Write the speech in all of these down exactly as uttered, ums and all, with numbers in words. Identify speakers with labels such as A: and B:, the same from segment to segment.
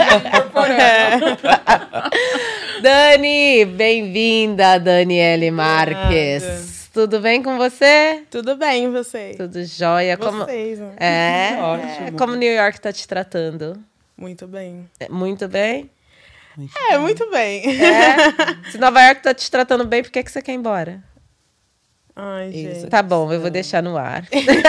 A: É. Dani, bem-vinda, Daniele Marques. Nada. Tudo bem com você?
B: Tudo bem, vocês?
A: Tudo jóia.
B: Vocês,
A: como...
B: né?
A: É,
C: ótimo.
A: É. Como New York tá te tratando?
B: Muito bem.
A: Muito bem?
B: Muito é, bem. muito bem.
A: É? Se Nova York tá te tratando bem, por que, que você quer ir embora?
B: Ai,
A: Isso.
B: gente.
A: Tá bom, eu vou deixar no ar.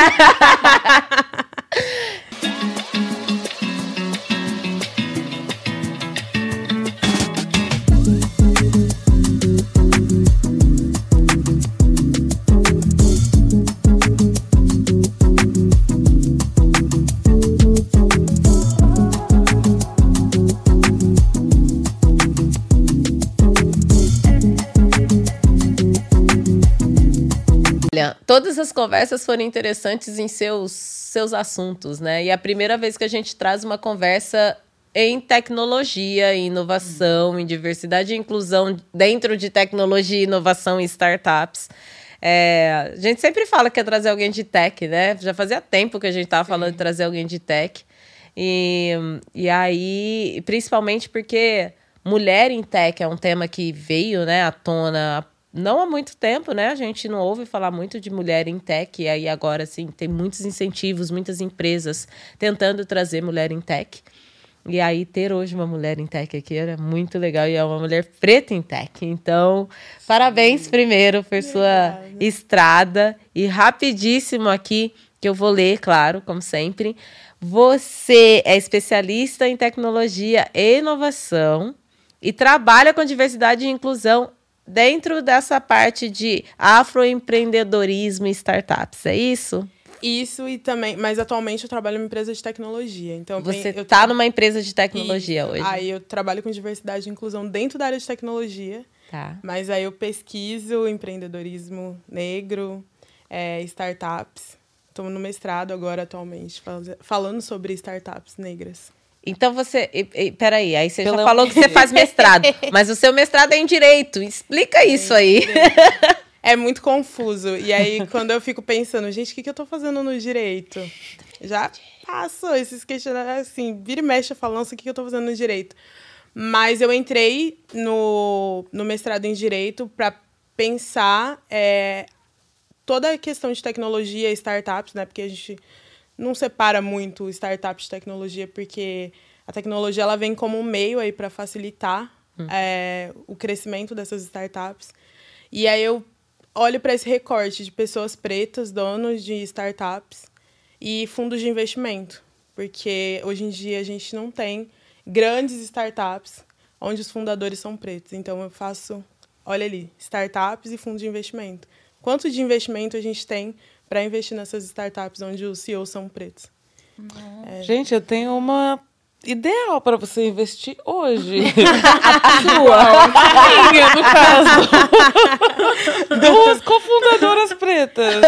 A: Todas as conversas foram interessantes em seus, seus assuntos, né? E é a primeira vez que a gente traz uma conversa em tecnologia, em inovação, em diversidade e inclusão dentro de tecnologia, inovação e startups. É, a gente sempre fala que é trazer alguém de tech, né? Já fazia tempo que a gente estava falando de trazer alguém de tech. E, e aí, principalmente porque mulher em tech é um tema que veio, né, à tona não há muito tempo, né? A gente não ouve falar muito de mulher em tech. E aí agora, assim, tem muitos incentivos, muitas empresas tentando trazer mulher em tech. E aí ter hoje uma mulher em tech aqui era muito legal. E é uma mulher preta em tech. Então, sim, parabéns primeiro por sua estrada. E rapidíssimo aqui, que eu vou ler, claro, como sempre. Você é especialista em tecnologia e inovação e trabalha com diversidade e inclusão dentro dessa parte de afroempreendedorismo e startups, é isso?
B: Isso e também, mas atualmente eu trabalho em uma empresa de tecnologia. Então
A: você
B: eu
A: está numa empresa de tecnologia
B: isso.
A: hoje?
B: Aí eu trabalho com diversidade e inclusão dentro da área de tecnologia.
A: Tá.
B: Mas aí eu pesquiso empreendedorismo negro, é, startups. Estou no mestrado agora atualmente, falando sobre startups negras.
A: Então você... E, e, peraí, aí você Pelo já falou que você faz mestrado, mas o seu mestrado é em Direito. Explica isso aí.
B: É muito confuso. E aí, quando eu fico pensando, gente, o que, que eu tô fazendo no Direito? Já passo esses questionários, assim, vira e mexe falando o que, que eu tô fazendo no Direito. Mas eu entrei no, no mestrado em Direito para pensar é, toda a questão de tecnologia e startups, né? Porque a gente não separa muito startups de tecnologia, porque a tecnologia ela vem como um meio aí para facilitar hum. é, o crescimento dessas startups. E aí eu olho para esse recorte de pessoas pretas, donos de startups e fundos de investimento, porque hoje em dia a gente não tem grandes startups onde os fundadores são pretos. Então eu faço, olha ali, startups e fundos de investimento. Quanto de investimento a gente tem para investir nessas startups onde os C E Os são pretos?
C: É. Gente, eu tenho uma ideal para você investir hoje. A sua. A minha, no caso. Duas cofundadoras pretas.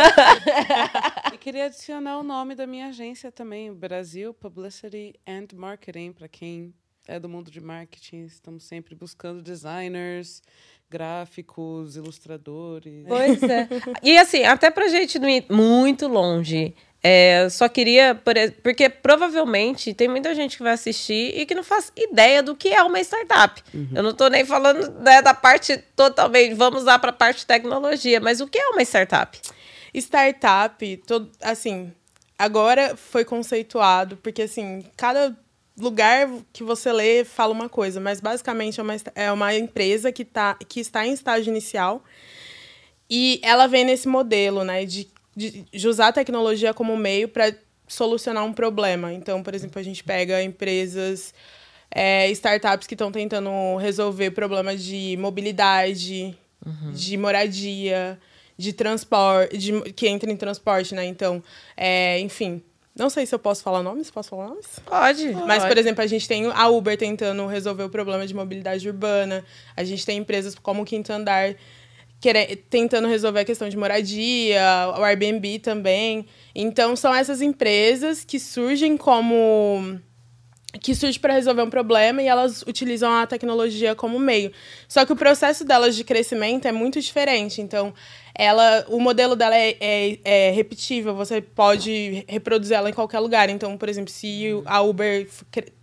C: E queria adicionar o nome da minha agência também, Brasil Publicity and Marketing, para quem é do mundo de marketing. Estamos sempre buscando designers, gráficos, ilustradores.
A: Pois é. E assim, até pra gente não ir muito longe, é, só queria... Porque provavelmente tem muita gente que vai assistir e que não faz ideia do que é uma startup. Uhum. Eu não tô nem falando, né, da parte totalmente... Vamos lá pra parte de tecnologia. Mas o que é uma startup?
B: Startup, todo, assim, agora foi conceituado, porque assim, cada lugar que você lê fala uma coisa, mas basicamente é uma, é uma empresa que, tá, que está em estágio inicial e ela vem nesse modelo, né, de, de, de usar a tecnologia como meio para solucionar um problema. Então, por exemplo, a gente pega empresas, é, startups que estão tentando resolver problemas de mobilidade, uhum. de moradia, de transporte, de, que entra em transporte, né? Então, é, enfim... Não sei se eu posso falar nomes. Posso falar nomes?
A: Pode.
B: Mas,
A: pode.
B: por exemplo, a gente tem a Uber tentando resolver o problema de mobilidade urbana. A gente tem empresas como o Quinto Andar querendo, tentando resolver a questão de moradia, o Airbnb também. Então, são essas empresas que surgem como... que surge para resolver um problema e elas utilizam a tecnologia como meio. Só que o processo delas de crescimento é muito diferente. Então, ela, o modelo dela é, é, é repetível, você pode reproduzir ela em qualquer lugar. Então, por exemplo, se a Uber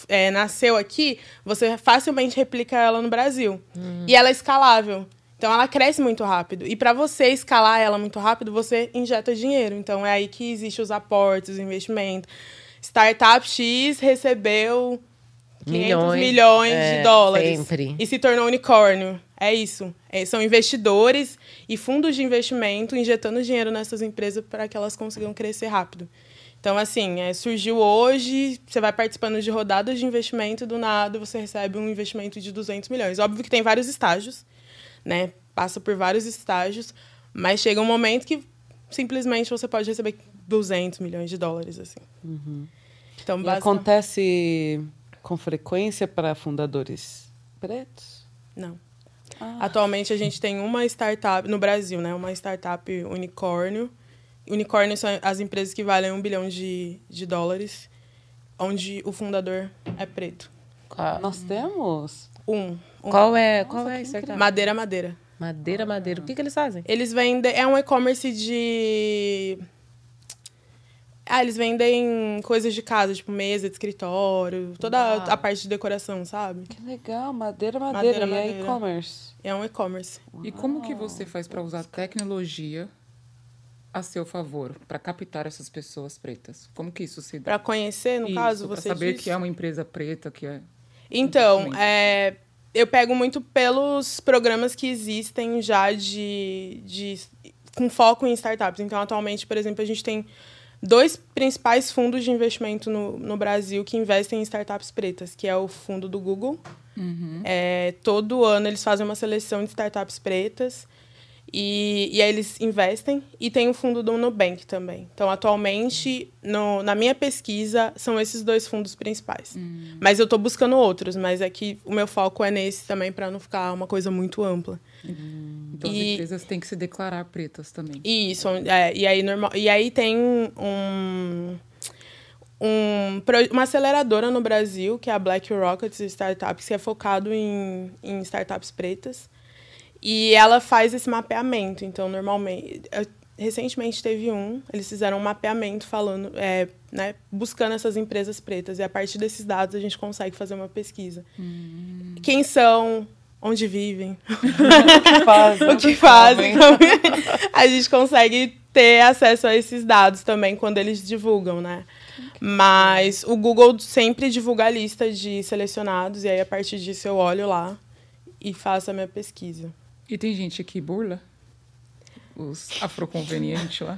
B: é, nasceu aqui, você facilmente replica ela no Brasil. Hum. E ela é escalável. Então, ela cresce muito rápido. E para você escalar ela muito rápido, você injeta dinheiro. Então, é aí que existem os aportes, os investimentos. Startup X recebeu quinhentos milhões é, de dólares.
A: Sempre.
B: E se tornou unicórnio. É isso. É, são investidores e fundos de investimento injetando dinheiro nessas empresas para que elas consigam crescer rápido. Então, assim, é, surgiu hoje, você vai participando de rodadas de investimento, do nada você recebe um investimento de duzentos milhões. Óbvio que tem vários estágios, né? Passa por vários estágios, mas chega um momento que simplesmente você pode receber duzentos milhões de dólares, assim.
C: Uhum.
B: Então,
C: e
B: basta...
C: acontece com frequência para fundadores pretos?
B: Não.
C: Ah.
B: Atualmente, a gente tem uma startup, no Brasil, né? Uma startup unicórnio. Unicórnio são as empresas que valem um bilhão de, de dólares, onde o fundador é preto.
C: Ah, nós temos?
B: Um. um.
A: Qual é, qual é isso?
B: Madeira Madeira.
A: Madeira Madeira. O que, que eles fazem?
B: Eles vendem... É um e-commerce de... Ah, eles vendem coisas de casa, tipo mesa de escritório, toda a, a parte de decoração, sabe?
C: Que legal, Madeira Madeira,
B: Madeira,
C: e
B: madeira.
C: é e-commerce.
B: É um e-commerce.
D: E como que você faz para usar tecnologia a seu favor, para captar essas pessoas pretas? Como que isso se dá?
B: Para conhecer, no
D: isso,
B: caso,
D: pra
B: você
D: saber
B: diz?
D: que é uma empresa preta, que é...
B: Então, é, eu pego muito pelos programas que existem já de, de, com foco em startups. Então, atualmente, por exemplo, a gente tem dois principais fundos de investimento no, no Brasil que investem em startups pretas, que é o fundo do Google.
D: Uhum.
B: É, todo ano eles fazem uma seleção de startups pretas e, e aí eles investem. E tem o fundo do Nubank também. Então, atualmente, no, na minha pesquisa, são esses dois fundos principais. Uhum. Mas eu estou buscando outros, mas é que o meu foco é nesse também, para não ficar uma coisa muito ampla.
D: Uhum. Então,
B: e,
D: as empresas têm que se declarar pretas também.
B: Isso. É, e, aí, normal, e aí tem um... Um, uma aceleradora no Brasil, que é a Black Rockets Startups, que é focado em, em startups pretas. E ela faz esse mapeamento. Então, normalmente... Eu, recentemente teve um, eles fizeram um mapeamento falando, é, né, buscando essas empresas pretas. E a partir desses dados a gente consegue fazer uma pesquisa. Hum. Quem são... Onde vivem.
C: O que fazem.
B: O que fazem. A gente consegue ter acesso a esses dados também quando eles divulgam, né? Mas o Google sempre divulga a lista de selecionados e aí, a partir disso, eu olho lá e faço a minha pesquisa.
D: E tem gente que burla os afroconvenientes lá?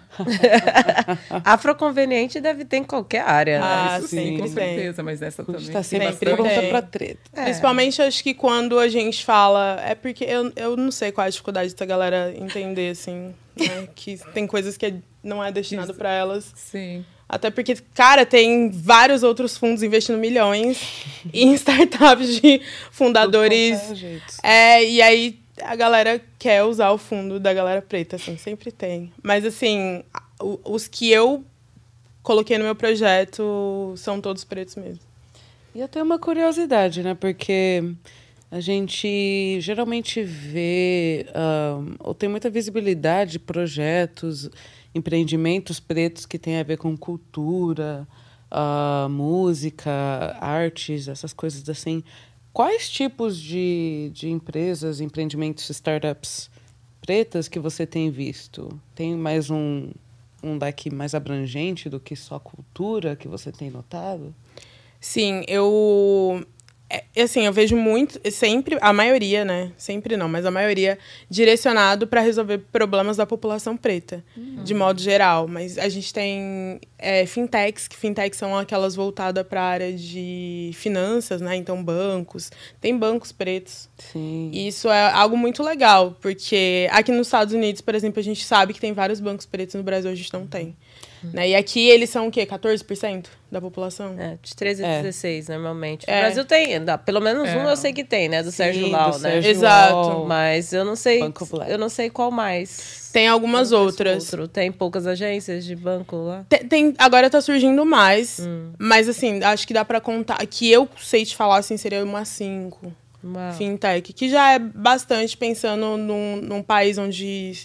A: Afroconveniente deve ter em qualquer área.
B: Ah,
A: né?
D: Isso sim, com certeza, mas essa também.
C: Está sempre
B: Sempre
C: pronta
B: tem.
C: para treta.
B: É. Principalmente, acho que quando a gente fala... É porque eu, eu não sei qual é a dificuldade da galera entender, assim, né? Que tem coisas que não é destinado para elas.
D: Sim.
B: Até porque, cara, tem vários outros fundos investindo milhões em startups de fundadores. É, e aí a galera quer usar o fundo da galera preta, assim, sempre tem. Mas, assim, os que eu coloquei no meu projeto são todos pretos mesmo.
C: E eu tenho uma curiosidade, né? Porque a gente geralmente vê, um, ou tem muita visibilidade de projetos, empreendimentos pretos que têm a ver com cultura, uh, música, artes, essas coisas assim. Quais tipos de, de empresas, empreendimentos, startups pretas que você tem visto? Tem mais um, um daqui mais abrangente do que só cultura que você tem notado?
B: Sim, eu... É, assim, eu vejo muito, sempre, a maioria, né? Sempre não, mas a maioria direcionado para resolver problemas da população preta, uhum. de modo geral. Mas a gente tem é, fintechs, que fintechs são aquelas voltadas para a área de finanças, né? Então, bancos. Tem bancos pretos.
C: Sim.
B: E isso é algo muito legal, porque aqui nos Estados Unidos, por exemplo, a gente sabe que tem vários bancos pretos, no Brasil a gente não tem. Uhum. Né? E aqui eles são o quê? quatorze por cento da população?
A: É, de treze a dezesseis, é. normalmente.
B: É.
A: O Brasil tem, pelo menos
B: é.
A: um eu sei que tem, né? Do
C: Sim,
A: Sérgio Lau,
C: do
A: né?
C: Sérgio
B: Exato.
C: Lau.
A: Mas eu não sei,
C: Banco Black.
A: eu não sei qual mais.
B: Tem algumas outras.
A: Outro. Tem poucas agências de banco lá?
B: Tem, tem, agora tá surgindo mais,
A: hum.
B: mas assim, acho que dá pra contar, que eu sei te falar, assim, seria umas cinco.
A: Uau.
B: Fintech, que já é bastante pensando num, num país onde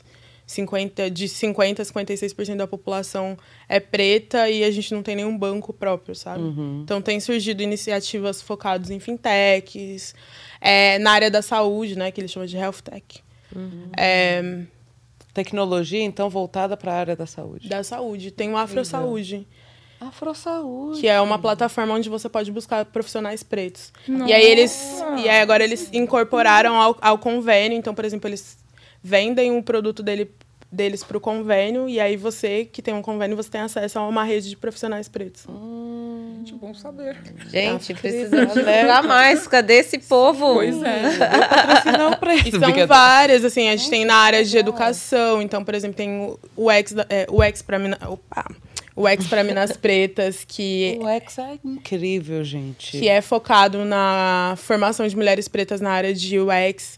B: cinquenta, de cinquenta a cinquenta e seis por cento da população é preta e a gente não tem nenhum banco próprio, sabe?
C: Uhum.
B: Então, tem surgido iniciativas focadas em fintechs, é, na área da saúde, né? Que eles chamam de health tech.
A: Uhum.
B: É,
C: Tecnologia, então, voltada para a área da saúde.
B: da saúde. Tem o Afro Saúde,
C: Afro-saúde.
B: que é uma plataforma onde você pode buscar profissionais pretos. E aí eles e aí agora eles incorporaram ao, ao convênio. Então, por exemplo, eles vendem um produto dele, deles para o convênio e aí você, que tem um convênio, você tem acesso a uma rede de profissionais pretos.
C: Hum,
D: Gente, bom saber.
A: Gente, precisamos divulgar mais. Cadê esse povo?
D: Pois é.
C: patrocinão pra isso.
B: E são
C: Brincadeira.
B: várias, assim, a gente tem na área de educação. Então, por exemplo, tem o, o X, da- é, o X para mina, opa, o X para Minas Pretas, que
C: O X é incrível, gente.
B: que é focado na formação de mulheres pretas na área de U X.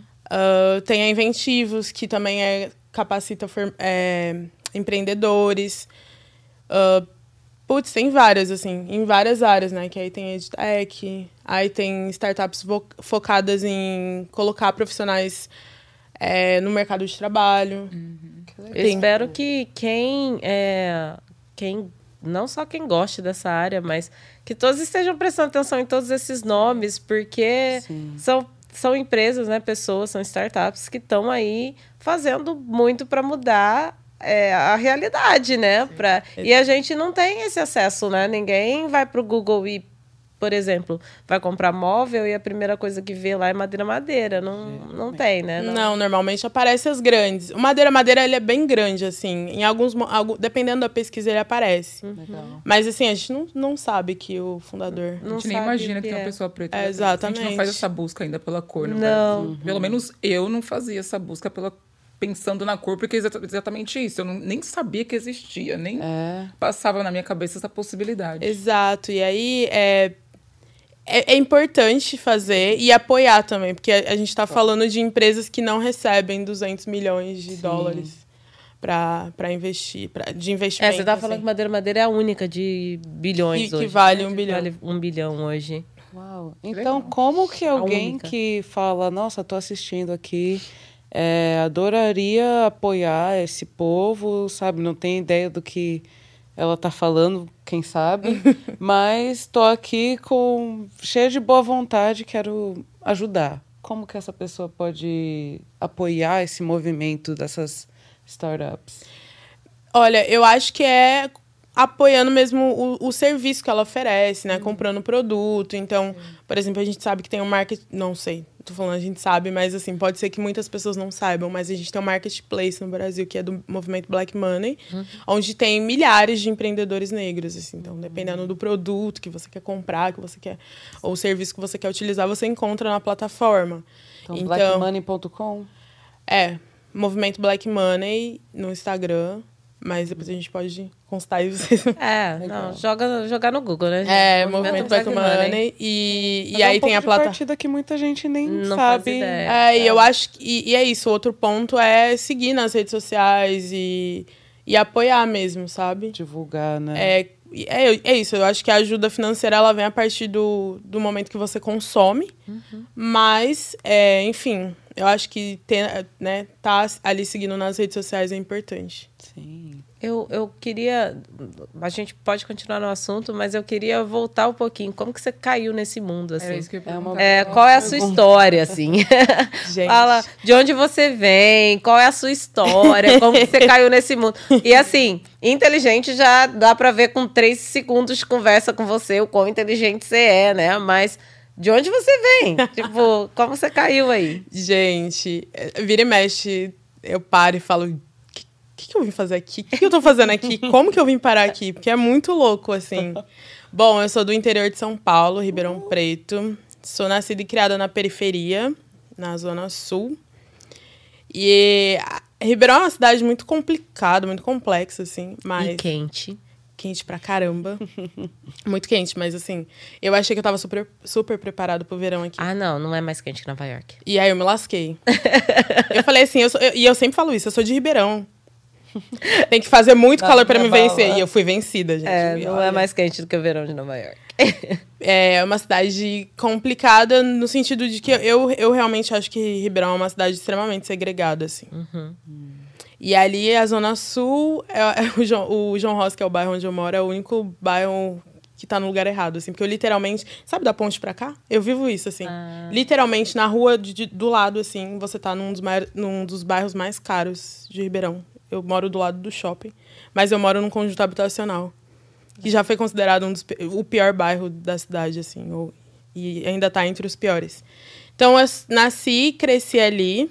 B: Ah, tem a Inventivos, que também é, capacita for- é, empreendedores. Ah, putz, tem várias, assim, em várias áreas, né? Que aí tem EdTech, aí tem startups vo- focadas em colocar profissionais é, no mercado de trabalho.
A: Eu
B: Tem.
A: espero que quem, é, quem, não só quem goste dessa área, mas que todos estejam prestando atenção em todos esses nomes, porque
C: Sim.
A: são, são empresas, né, pessoas, são startups que estão aí fazendo muito para mudar é, a realidade, né? Pra, e a gente não tem esse acesso, né? Ninguém vai para o Google e, por exemplo, vai comprar móvel e a primeira coisa que vê lá é madeira madeira. Não, não tem, né?
B: Não, normalmente aparece as grandes. O Madeira Madeira, ele é bem grande, assim. Em alguns, mo- algu- dependendo da pesquisa, ele aparece.
C: Legal.
B: Mas, assim, a gente não, não sabe que o fundador...
D: A
A: Não
D: gente nem
A: sabe
D: imagina
A: o
D: que
A: que
D: tem
A: é.
D: uma pessoa preta.
B: É,
D: A gente
B: exatamente.
D: não faz essa busca ainda pela cor no
A: Não.
D: Brasil. Pelo menos eu não fazia essa busca pela pensando na cor, porque é exata- exatamente isso. Eu não, nem sabia que existia, nem
C: É.
D: passava na minha cabeça essa possibilidade.
B: Exato. E aí, é, é, é importante fazer e apoiar também. Porque a, a gente está falando de empresas que não recebem duzentos milhões de
C: Sim.
B: dólares para investir, pra, de
A: É,
B: investimento.
A: você tava falando
B: assim.
A: que madeira madeira é a única de bilhões
B: Que-
A: hoje.
B: que vale
A: né?
B: um bilhão.
A: Vale um bilhão hoje.
C: Uau. Então, como que alguém
A: única.
C: que fala, nossa, tô assistindo aqui, é, adoraria apoiar esse povo, sabe? Não tem ideia do que ela tá falando, quem sabe, mas tô aqui com cheia de boa vontade, quero ajudar. Como que essa pessoa pode apoiar esse movimento dessas startups?
B: Olha, eu acho que é apoiando mesmo o, o serviço que ela oferece, né? Comprando produto. Então, por exemplo, a gente sabe que tem um market... Não sei, tô falando a gente sabe, mas assim, pode ser que muitas pessoas não saibam, mas a gente tem um marketplace no Brasil, que é do movimento Black Money, onde tem milhares de empreendedores negros, assim. Então, dependendo do produto que você quer comprar, que você quer... ou o serviço que você quer utilizar, você encontra na plataforma.
C: Então, black money ponto com?
B: É, Movimento Black Money no Instagram, mas depois a gente pode constar e vocês...
A: É, não, joga, jogar no Google, né?
B: É,
A: Movimento
B: Movimento Black Money. E, e aí tem a plataforma.
C: partida que muita gente nem
A: Não
C: sabe.
A: faz ideia.
B: É, e eu acho que. E, e é isso. Outro ponto é seguir nas redes sociais e, e apoiar mesmo, sabe?
C: Divulgar, né?
B: É, e é, é isso. Eu acho que a ajuda financeira ela vem a partir do, do momento que você consome. Mas, é, enfim, eu acho que ter, né, tá ali seguindo nas redes sociais é importante.
C: Sim.
A: Eu, eu queria... A gente pode continuar no assunto, mas eu queria voltar um pouquinho. Como que você caiu nesse mundo, assim?
D: Era isso que eu ia
C: É uma-
D: perguntar.
A: É, qual é a sua história, assim?
B: Gente.
A: Fala de onde você vem, qual é a sua história, como que você caiu nesse mundo. E assim, inteligente já dá pra ver com três segundos de conversa com você o quão inteligente você é, né? Mas de onde você vem? Tipo, como você caiu aí?
B: Gente, é, vira e mexe, eu paro e falo. O que, que eu vim fazer aqui? O que, que eu tô fazendo aqui? Como que eu vim parar aqui? Porque é muito louco, assim. Bom, eu sou do interior de São Paulo, Ribeirão Preto. Sou nascida e criada na periferia, na Zona Sul. E a- Ribeirão é uma cidade muito complicada, muito complexa, assim. Mas
A: E quente.
B: quente pra caramba. Muito quente, mas assim, eu achei que eu tava super, super preparado pro verão aqui.
A: Ah, não, não é mais quente que Nova York.
B: E aí eu me lasquei. Eu falei assim, eu sou- eu- e eu sempre falo isso, eu sou de Ribeirão. Tem que fazer muito
C: Nada
B: calor pra me
C: me abala.
B: vencer. E eu fui vencida, gente.
A: É,
B: E
A: não
B: olha,
A: é mais quente do que o verão de Nova York.
B: É uma cidade complicada no sentido de que eu, eu realmente acho que Ribeirão é uma cidade extremamente segregada, assim.
A: Uhum.
B: E ali, a Zona Sul, é, é o, João, o João Ross, que é o bairro onde eu moro, é o único bairro que tá no lugar errado, assim. Porque eu literalmente... Sabe da ponte pra cá? Eu vivo isso, assim. Ah. Literalmente, na rua de, de, do lado, assim, você tá num dos, mai, num dos bairros mais caros de Ribeirão. Eu moro do lado do shopping, mas eu moro num conjunto habitacional, que já foi considerado um dos, o pior bairro da cidade, assim. Ou, e ainda tá entre os piores. Então, eu nasci, cresci ali...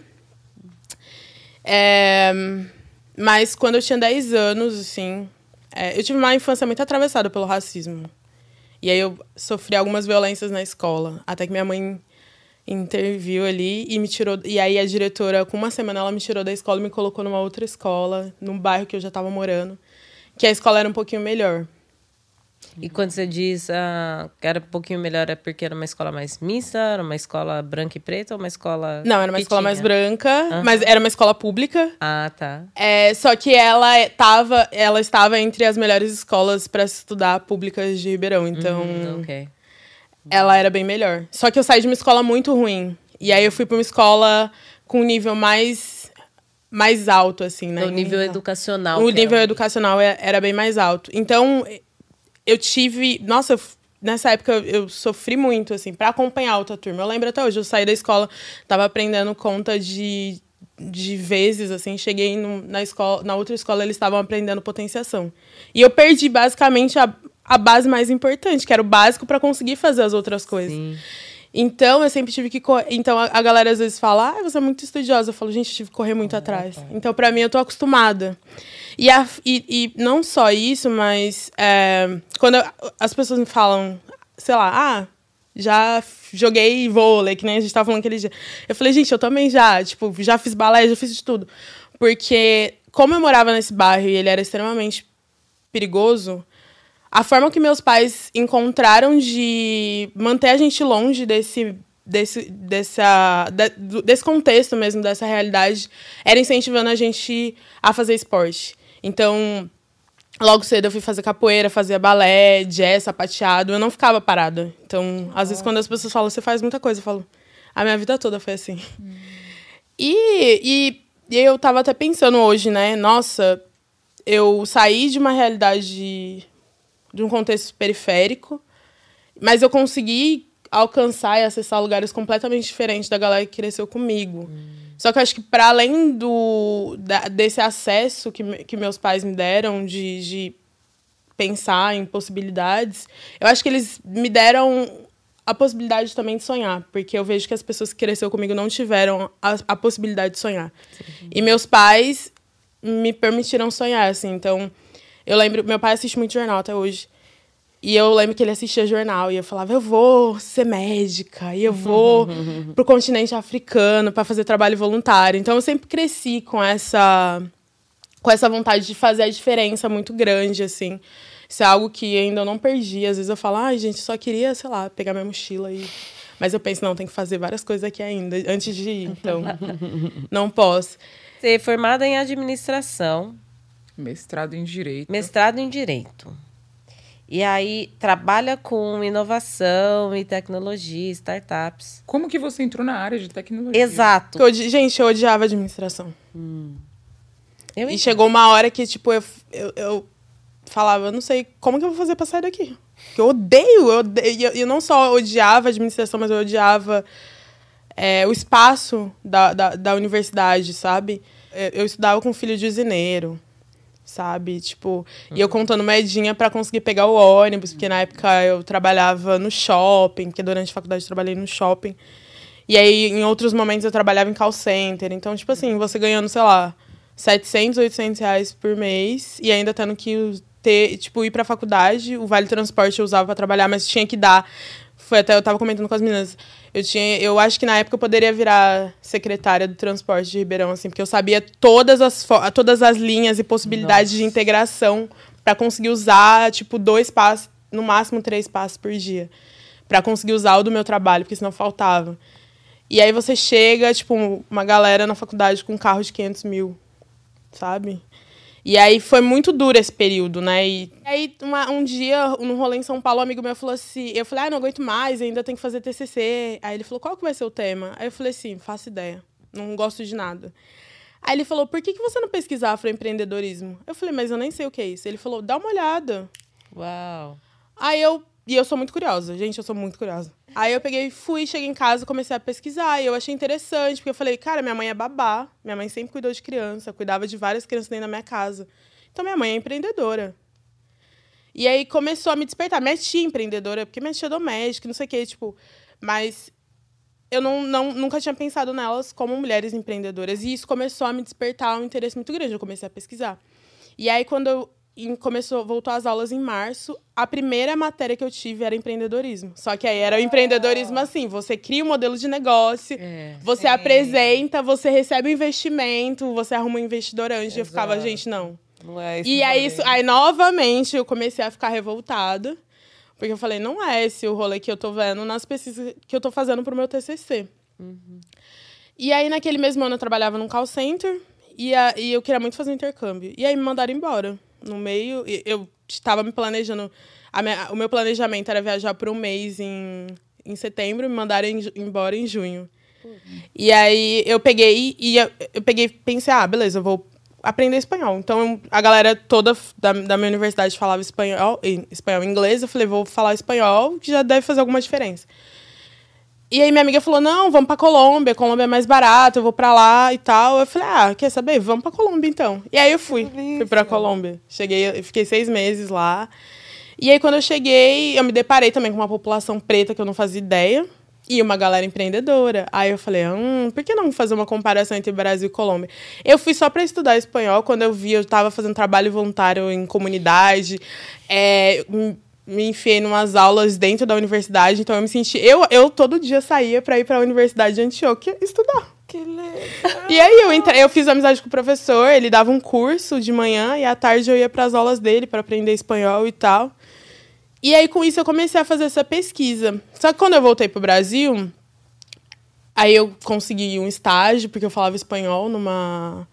B: É, mas quando eu tinha dez anos, assim, é, eu tive uma infância muito atravessada pelo racismo. E aí eu sofri algumas violências na escola, até que minha mãe interviu ali e me tirou. E aí a diretora, com uma semana, ela me tirou da escola e me colocou numa outra escola, num bairro que eu já estava morando, que a escola era um pouquinho melhor.
A: E quando você diz ah, que era um pouquinho melhor, é porque era uma escola mais mista, era uma escola branca e preta ou uma escola...
B: Não, era uma escola
A: tinha?
B: mais branca,
A: uhum.
B: mas era uma escola pública.
A: Ah, tá.
B: É, só que ela, tava, ela estava entre as melhores escolas para estudar públicas de Ribeirão, então
A: uhum, okay.
B: ela era bem melhor. Só que eu saí de uma escola muito ruim, e aí eu fui para uma escola com um nível mais, mais alto, assim, né?
A: O nível educacional.
B: O nível era... educacional era bem mais alto. Então... Eu tive... Nossa, eu, nessa época eu, eu sofri muito, assim, pra acompanhar a outra turma. Eu lembro até hoje, eu saí da escola, tava aprendendo conta de, de vezes, assim. Cheguei no, na, escola, na outra escola, eles estavam aprendendo potenciação. E eu perdi, basicamente, a, a base mais importante, que era o básico pra conseguir fazer as outras coisas. Sim. Então, eu sempre tive que correr. Então, a, a galera às vezes fala, ah, você é muito estudiosa. Eu falo, gente, eu tive que correr muito ah, atrás. Tá. Então, pra mim, eu tô acostumada. E, a, e, e não só isso, mas é, quando eu, as pessoas me falam, sei lá, ah, já joguei vôlei, que nem a gente tava falando aquele dia. Eu falei, gente, eu também já, tipo, já fiz balé, já fiz de tudo. Porque, como eu morava nesse bairro e ele era extremamente perigoso, a forma que meus pais encontraram de manter a gente longe desse... Desse, dessa, de, desse contexto mesmo, dessa realidade, era incentivando a gente a fazer esporte. Então, logo cedo eu fui fazer capoeira, fazia balé, jazz, sapateado, eu não ficava parada. Então, às vezes quando as pessoas falam, você faz muita coisa, eu falo, a minha vida toda foi assim. Hum. E, e, e eu tava até pensando hoje, né, nossa, eu saí de uma realidade de, de um contexto periférico, mas eu consegui alcançar e acessar lugares completamente diferentes da galera que cresceu comigo. Hum. Só que eu acho que, para além do, da, desse acesso que, que meus pais me deram de, de pensar em possibilidades, eu acho que eles me deram a possibilidade também de sonhar, porque eu vejo que as pessoas que cresceram comigo não tiveram a, a possibilidade de sonhar. Sim. E meus pais me permitiram sonhar, assim. Então, eu lembro... Meu pai assiste muito jornal até hoje. E eu lembro que ele assistia jornal e eu falava, eu vou ser médica, e eu vou pro continente africano para fazer trabalho voluntário. Então, eu sempre cresci com essa, com essa vontade de fazer a diferença muito grande, assim. Isso é algo que ainda eu não perdi. Às vezes eu falo, ai, gente, só queria, sei lá, pegar minha mochila e... Mas eu penso, não, tem que fazer várias coisas aqui ainda, antes de ir. Então, não posso.
A: Você é formada em administração.
D: Mestrado em Direito.
A: Mestrado em Direito. E aí, trabalha com inovação e tecnologia, startups.
D: Como que você entrou na área de tecnologia?
A: Exato.
B: Eu, gente, eu odiava administração. Hum. Eu e chegou uma hora que, tipo, eu, eu, eu falava, eu não sei como que eu vou fazer pra sair daqui. Eu odeio, eu odeio. Eu não só odiava a administração, mas eu odiava é, o espaço da, da, da universidade, sabe? Eu estudava com filho de usineiro. Sabe? Tipo, uhum. E eu contando moedinha pra conseguir pegar o ônibus, porque na época eu trabalhava no shopping, porque durante a faculdade eu trabalhei no shopping. E aí, em outros momentos, eu trabalhava em call center. Então, tipo assim, você ganhando, sei lá, setecentos, oitocentos reais por mês e ainda tendo que ter, tipo, ir pra faculdade. O Vale Transporte eu usava pra trabalhar, mas tinha que dar. Foi até, eu tava comentando com as meninas. Eu, tinha, eu acho que na época eu poderia virar secretária do transporte de Ribeirão, assim, porque eu sabia todas as, todas as linhas e possibilidades Nossa. de integração para conseguir usar, tipo, dois passos, no máximo três passos por dia. Para conseguir usar o do meu trabalho, porque senão faltava. E aí você chega, tipo, uma galera na faculdade com um carro de quinhentos mil, sabe? E aí foi muito duro esse período, né? E aí uma, um dia, num rolê em São Paulo, um amigo meu falou assim... Eu falei, ah, não aguento mais, ainda tenho que fazer T C C. Aí ele falou, qual que vai ser o tema? Aí eu falei assim, faço ideia, não gosto de nada. Aí ele falou, por que, que você não pesquisa afroempreendedorismo? Eu falei, mas eu nem sei o que é isso. Ele falou, dá uma olhada.
A: Uau.
B: Aí eu... E eu sou muito curiosa. Gente, eu sou muito curiosa. Aí eu peguei, fui, cheguei em casa, comecei a pesquisar. E eu achei interessante, porque eu falei, cara, minha mãe é babá. Minha mãe sempre cuidou de criança. Cuidava de várias crianças dentro da minha casa. Então, minha mãe é empreendedora. E aí, começou a me despertar. Minha tia é empreendedora, porque minha tia é doméstica, não sei o quê, tipo... Mas eu não, não, nunca tinha pensado nelas como mulheres empreendedoras. E isso começou a me despertar um interesse muito grande. Eu comecei a pesquisar. E aí, quando eu... E começou, voltou às aulas em março. A primeira matéria que eu tive era empreendedorismo. Só que aí era o empreendedorismo assim, você cria um modelo de negócio, é, você é. apresenta, você recebe um investimento, você arruma um investidor anjo. E eu ficava, gente, não.
C: Não é esse
B: e aí, isso, aí, novamente, eu comecei a ficar revoltada. Porque eu falei, não é esse o rolê que eu tô vendo nas pesquisas que eu tô fazendo pro meu T C C. Uhum. E aí, naquele mesmo ano, eu trabalhava num call center. E, a, e eu queria muito fazer um intercâmbio. E aí, me mandaram embora. No meio, eu estava me planejando... A minha, o meu planejamento era viajar por um mês em, em setembro e me mandaram em, embora em junho. Uhum. E aí, eu peguei e eu, eu peguei pensei, ah, beleza, eu vou aprender espanhol. Então, a galera toda da, da minha universidade falava espanhol, espanhol e inglês. Eu falei, vou falar espanhol, que já deve fazer alguma diferença. E aí minha amiga falou, não, vamos pra Colômbia, Colômbia é mais barato, eu vou pra lá e tal. Eu falei, ah, quer saber? Vamos pra Colômbia, então. E aí eu fui, fui pra Colômbia. Cheguei, eu fiquei seis meses lá. E aí quando eu cheguei, eu me deparei também com uma população preta que eu não fazia ideia. E uma galera empreendedora. Aí eu falei, hum, por que não fazer uma comparação entre Brasil e Colômbia? Eu fui só pra estudar espanhol. Quando eu vi, eu tava fazendo trabalho voluntário em comunidade. É... me enfiei em umas aulas dentro da universidade, então eu me senti... Eu, eu todo dia saía para ir para a Universidade de Antioquia estudar.
C: Que legal!
B: E aí eu, entrei, eu fiz amizade com o professor, ele dava um curso de manhã e à tarde eu ia para as aulas dele para aprender espanhol e tal. E aí com isso eu comecei a fazer essa pesquisa. Só que quando eu voltei para o Brasil, aí eu consegui um estágio, porque eu falava espanhol numa...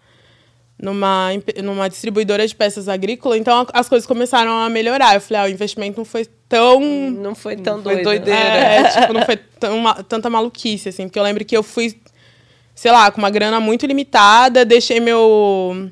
B: Numa, numa distribuidora de peças agrícolas, então as coisas começaram a melhorar. Eu falei, ah, o investimento não foi tão...
A: Não foi tão
C: não foi
A: doideira.
B: É, tipo, não foi tão, tanta maluquice, assim. Porque eu lembro que eu fui, sei lá, com uma grana muito limitada, deixei meu...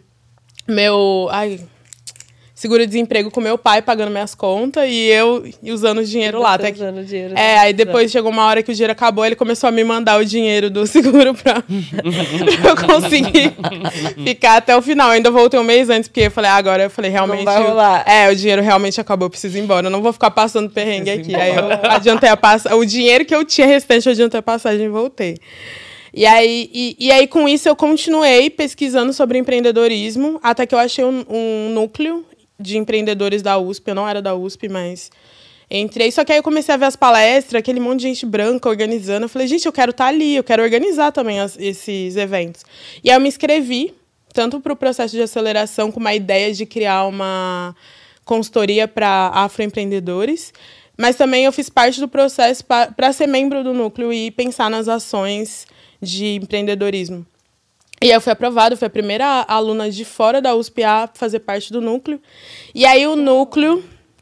B: Meu... Ai... seguro-desemprego com meu pai pagando minhas contas e eu e usando o dinheiro lá. Até que,
A: usando o dinheiro
B: é, aí depois chegou uma hora que o dinheiro acabou, ele começou a me mandar o dinheiro do seguro pra, pra eu conseguir ficar até o final. Eu ainda voltei um mês antes, porque eu falei, ah, agora eu falei, realmente...
A: Não vai rolar.
B: É, o dinheiro realmente acabou, eu preciso ir embora. Eu não vou ficar passando perrengue aqui. Aí eu adiantei a passagem. O dinheiro que eu tinha restante, eu adiantei a passagem e voltei. E aí, e, e aí, com isso, eu continuei pesquisando sobre empreendedorismo, até que eu achei um, um núcleo de empreendedores da U S P. Eu não era da U S P, mas entrei. Só que aí eu comecei a ver as palestras, aquele monte de gente branca organizando. Eu falei, gente, eu quero estar ali, eu quero organizar também as, esses eventos. E aí eu me inscrevi, tanto para o processo de aceleração, com uma ideia de criar uma consultoria para afroempreendedores, mas também eu fiz parte do processo para ser membro do núcleo e pensar nas ações de empreendedorismo. E aí eu fui aprovada, fui a primeira aluna de fora da U S P a fazer parte do núcleo. E aí o núcleo,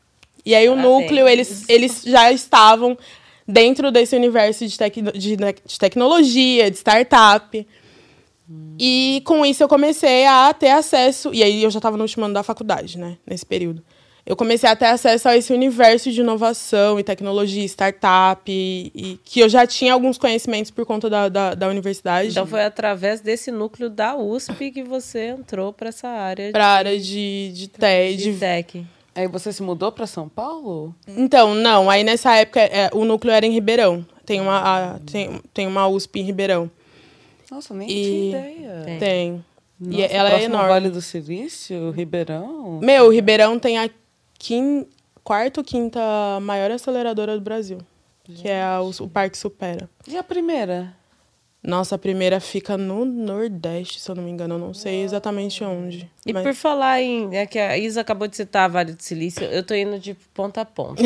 B: e aí o núcleo eles, eles já estavam dentro desse universo de, tec, de, de tecnologia, de startup. Hum. E com isso eu comecei a ter acesso, e aí eu já estava no último ano da faculdade, né, nesse período. Eu comecei a ter acesso a esse universo de inovação e tecnologia, startup, e, e que eu já tinha alguns conhecimentos por conta da, da, da universidade.
A: Então foi através desse núcleo da U S P que você entrou para essa área.
B: Para a área de, de, te,
A: de, de tech.
C: Aí você se mudou para São Paulo?
B: Então, não. Aí nessa época é, o núcleo era em Ribeirão. Tem uma, a, tem, tem uma U S P em Ribeirão.
C: Nossa, nem
B: e
C: tinha ideia.
B: Tem. tem.
C: Nossa,
B: e ela é enorme.
C: Vale do Silício, Ribeirão?
B: Meu, Ribeirão tem a quim, quarta ou quinta maior aceleradora do Brasil. Gente. Que é a, o, o Parque Supera.
C: E a primeira?
B: Nossa, a primeira fica no Nordeste, se eu não me engano. Eu não sei exatamente onde.
A: E
B: mas...
A: por falar em... É que a Isa acabou de citar a Vale do Silício. Eu tô indo de ponta a ponta.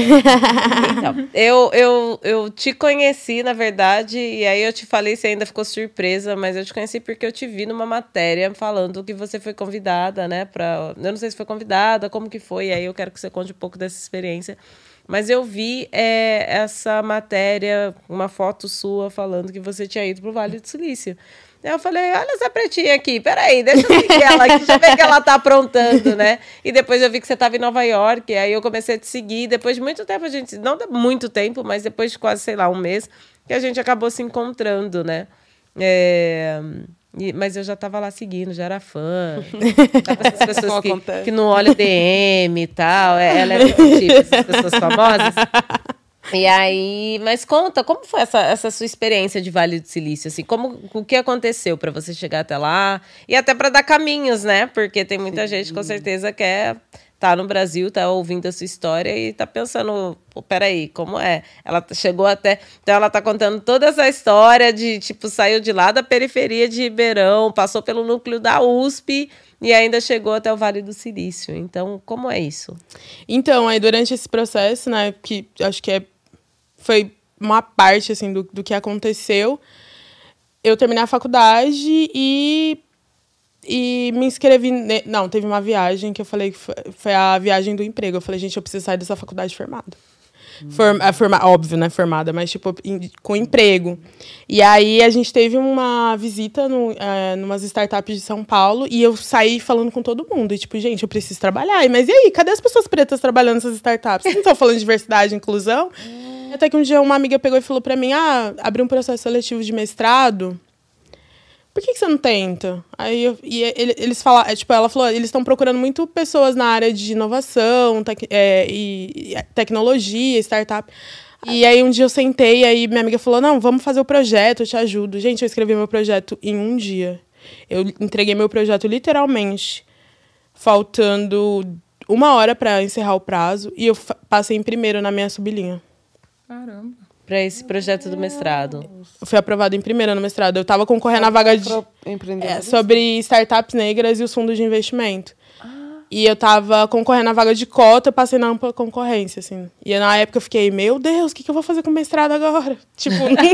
A: Então, eu, eu, eu te conheci, na verdade, e aí eu te falei, você ainda ficou surpresa, mas eu te conheci porque eu te vi numa matéria falando que você foi convidada, né? Pra, eu não sei se foi convidada, como que foi, e aí eu quero que você conte um pouco dessa experiência. Mas eu vi é, essa matéria, uma foto sua falando que você tinha ido para o Vale do Silício. Aí eu falei, olha essa pretinha aqui, peraí, deixa eu seguir ela aqui, deixa eu ver o que ela tá aprontando, né? E depois eu vi que você tava em Nova York, aí eu comecei a te seguir. Depois de muito tempo, a gente, não de muito tempo, mas depois de quase, sei lá, um mês, que a gente acabou se encontrando, né? É... E, mas eu já tava lá seguindo, já era fã. Tava essas pessoas que, que não olham D M e tal. Ela é desse tipo, essas pessoas famosas. E aí, mas conta, como foi essa, essa sua experiência de Vale do Silício? Assim, como, o que aconteceu para você chegar até lá? E até para dar caminhos, né? Porque tem muita Sim. gente, com certeza, quer tá no Brasil, tá ouvindo a sua história e tá pensando, pô, peraí, como é? Ela chegou até... Então, ela tá contando toda essa história de, tipo, saiu de lá da periferia de Ribeirão, passou pelo núcleo da U S P e ainda chegou até o Vale do Silício. Então, como é isso?
B: Então, aí durante esse processo, né, que acho que é, foi uma parte, assim, do, do que aconteceu, eu terminei a faculdade e... E me inscrevi... Ne... Não, teve uma viagem que eu falei que foi, foi a viagem do emprego. Eu falei, gente, eu preciso sair dessa faculdade formada. Hum. Form... É, forma... Óbvio, né? Formada, mas, tipo, in... com emprego. E aí, a gente teve uma visita no, é, numas startups de São Paulo e eu saí falando com todo mundo. E, tipo, gente, eu preciso trabalhar. Mas e aí? Cadê as pessoas pretas trabalhando nessas startups? Vocês não estão falando de diversidade e inclusão? Hum. Até que um dia uma amiga pegou e falou pra mim, ah, abri um processo seletivo de mestrado... Por que, que você não tenta? Aí eu, e ele, eles falaram, tipo, ela falou, eles estão procurando muito pessoas na área de inovação, tec, é, e, e tecnologia, startup. E aí um dia eu sentei, aí minha amiga falou, não, vamos fazer o projeto, eu te ajudo. Gente, eu escrevi meu projeto em um dia. Eu entreguei meu projeto literalmente, faltando uma hora para encerrar o prazo, e eu passei em primeiro na minha sublinha.
D: Caramba.
A: Para esse projeto do mestrado.
B: Eu fui aprovada em primeira no mestrado. Eu estava concorrendo à vaga de, é, sobre startups negras e os fundos de investimento. Ah. E eu estava concorrendo à vaga de cota, eu passei na ampla concorrência, assim. E na época eu fiquei, meu Deus, o que, que eu vou fazer com o mestrado agora? Tipo...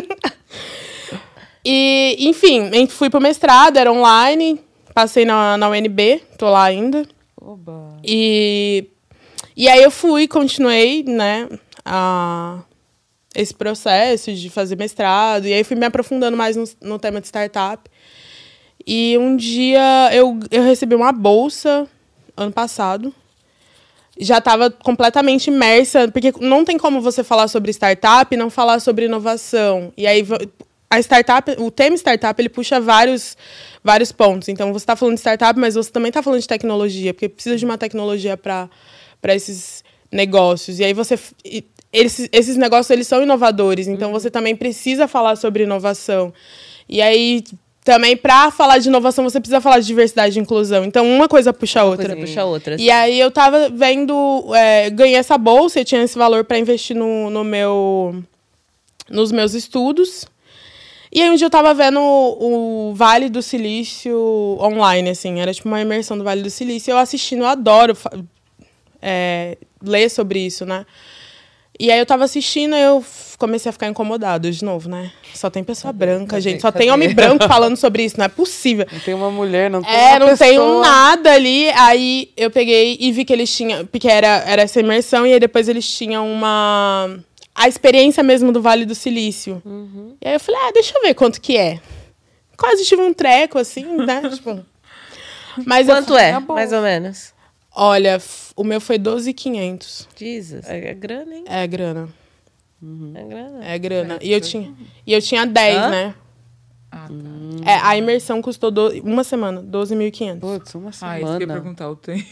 B: E, enfim, fui pro mestrado, era online, passei na, na U N B, tô lá ainda. Oba. E, e aí eu fui, continuei, né, a... esse processo de fazer mestrado. E aí fui me aprofundando mais no, no tema de startup. E um dia eu, eu recebi uma bolsa, ano passado. Já estava completamente imersa, porque não tem como você falar sobre startup e não falar sobre inovação. E aí a startup, o tema startup, ele puxa vários, vários pontos. Então você está falando de startup, mas você também está falando de tecnologia, porque precisa de uma tecnologia para para esses negócios. E aí você... E, Esses, esses negócios, eles são inovadores, então uhum. você também precisa falar sobre inovação. E aí, também, para falar de inovação, você precisa falar de diversidade e inclusão. Então, uma coisa puxa a outra.
A: Coisa puxa a outra.
B: E aí, eu tava vendo... É, ganhei essa bolsa, eu tinha esse valor para investir no, no meu, nos meus estudos. E aí, um dia eu tava vendo o, o Vale do Silício online, assim. Era tipo uma imersão do Vale do Silício. Eu assistindo, eu adoro é, ler sobre isso, né? E aí eu tava assistindo e eu comecei a ficar incomodada de novo, né? Só tem pessoa cadê, branca, cadê, gente. Só cadê? Tem homem branco falando sobre isso, não é possível.
C: Não tem uma mulher, não tem
B: É,
C: uma
B: não
C: pessoa.
B: tem nada ali. Aí eu peguei e vi que eles tinham... Porque era, era essa imersão e aí depois eles tinham uma... A experiência mesmo do Vale do Silício. Uhum. E aí eu falei, ah, deixa eu ver quanto que é. Quase tive um treco, assim, né? Tipo...
A: Mas quanto eu, é, mais ou menos?
B: Olha, o meu foi doze mil e quinhentos.
A: Jesus, é grana, hein?
B: É grana.
A: Uhum. É grana.
B: É grana. E eu tinha, e eu tinha dez, Hã? Né? Ah, tá. É, a imersão custou do, uma semana, doze mil e quinhentos.
C: Putz, uma semana.
D: Ah, isso que eu ia perguntar o tempo.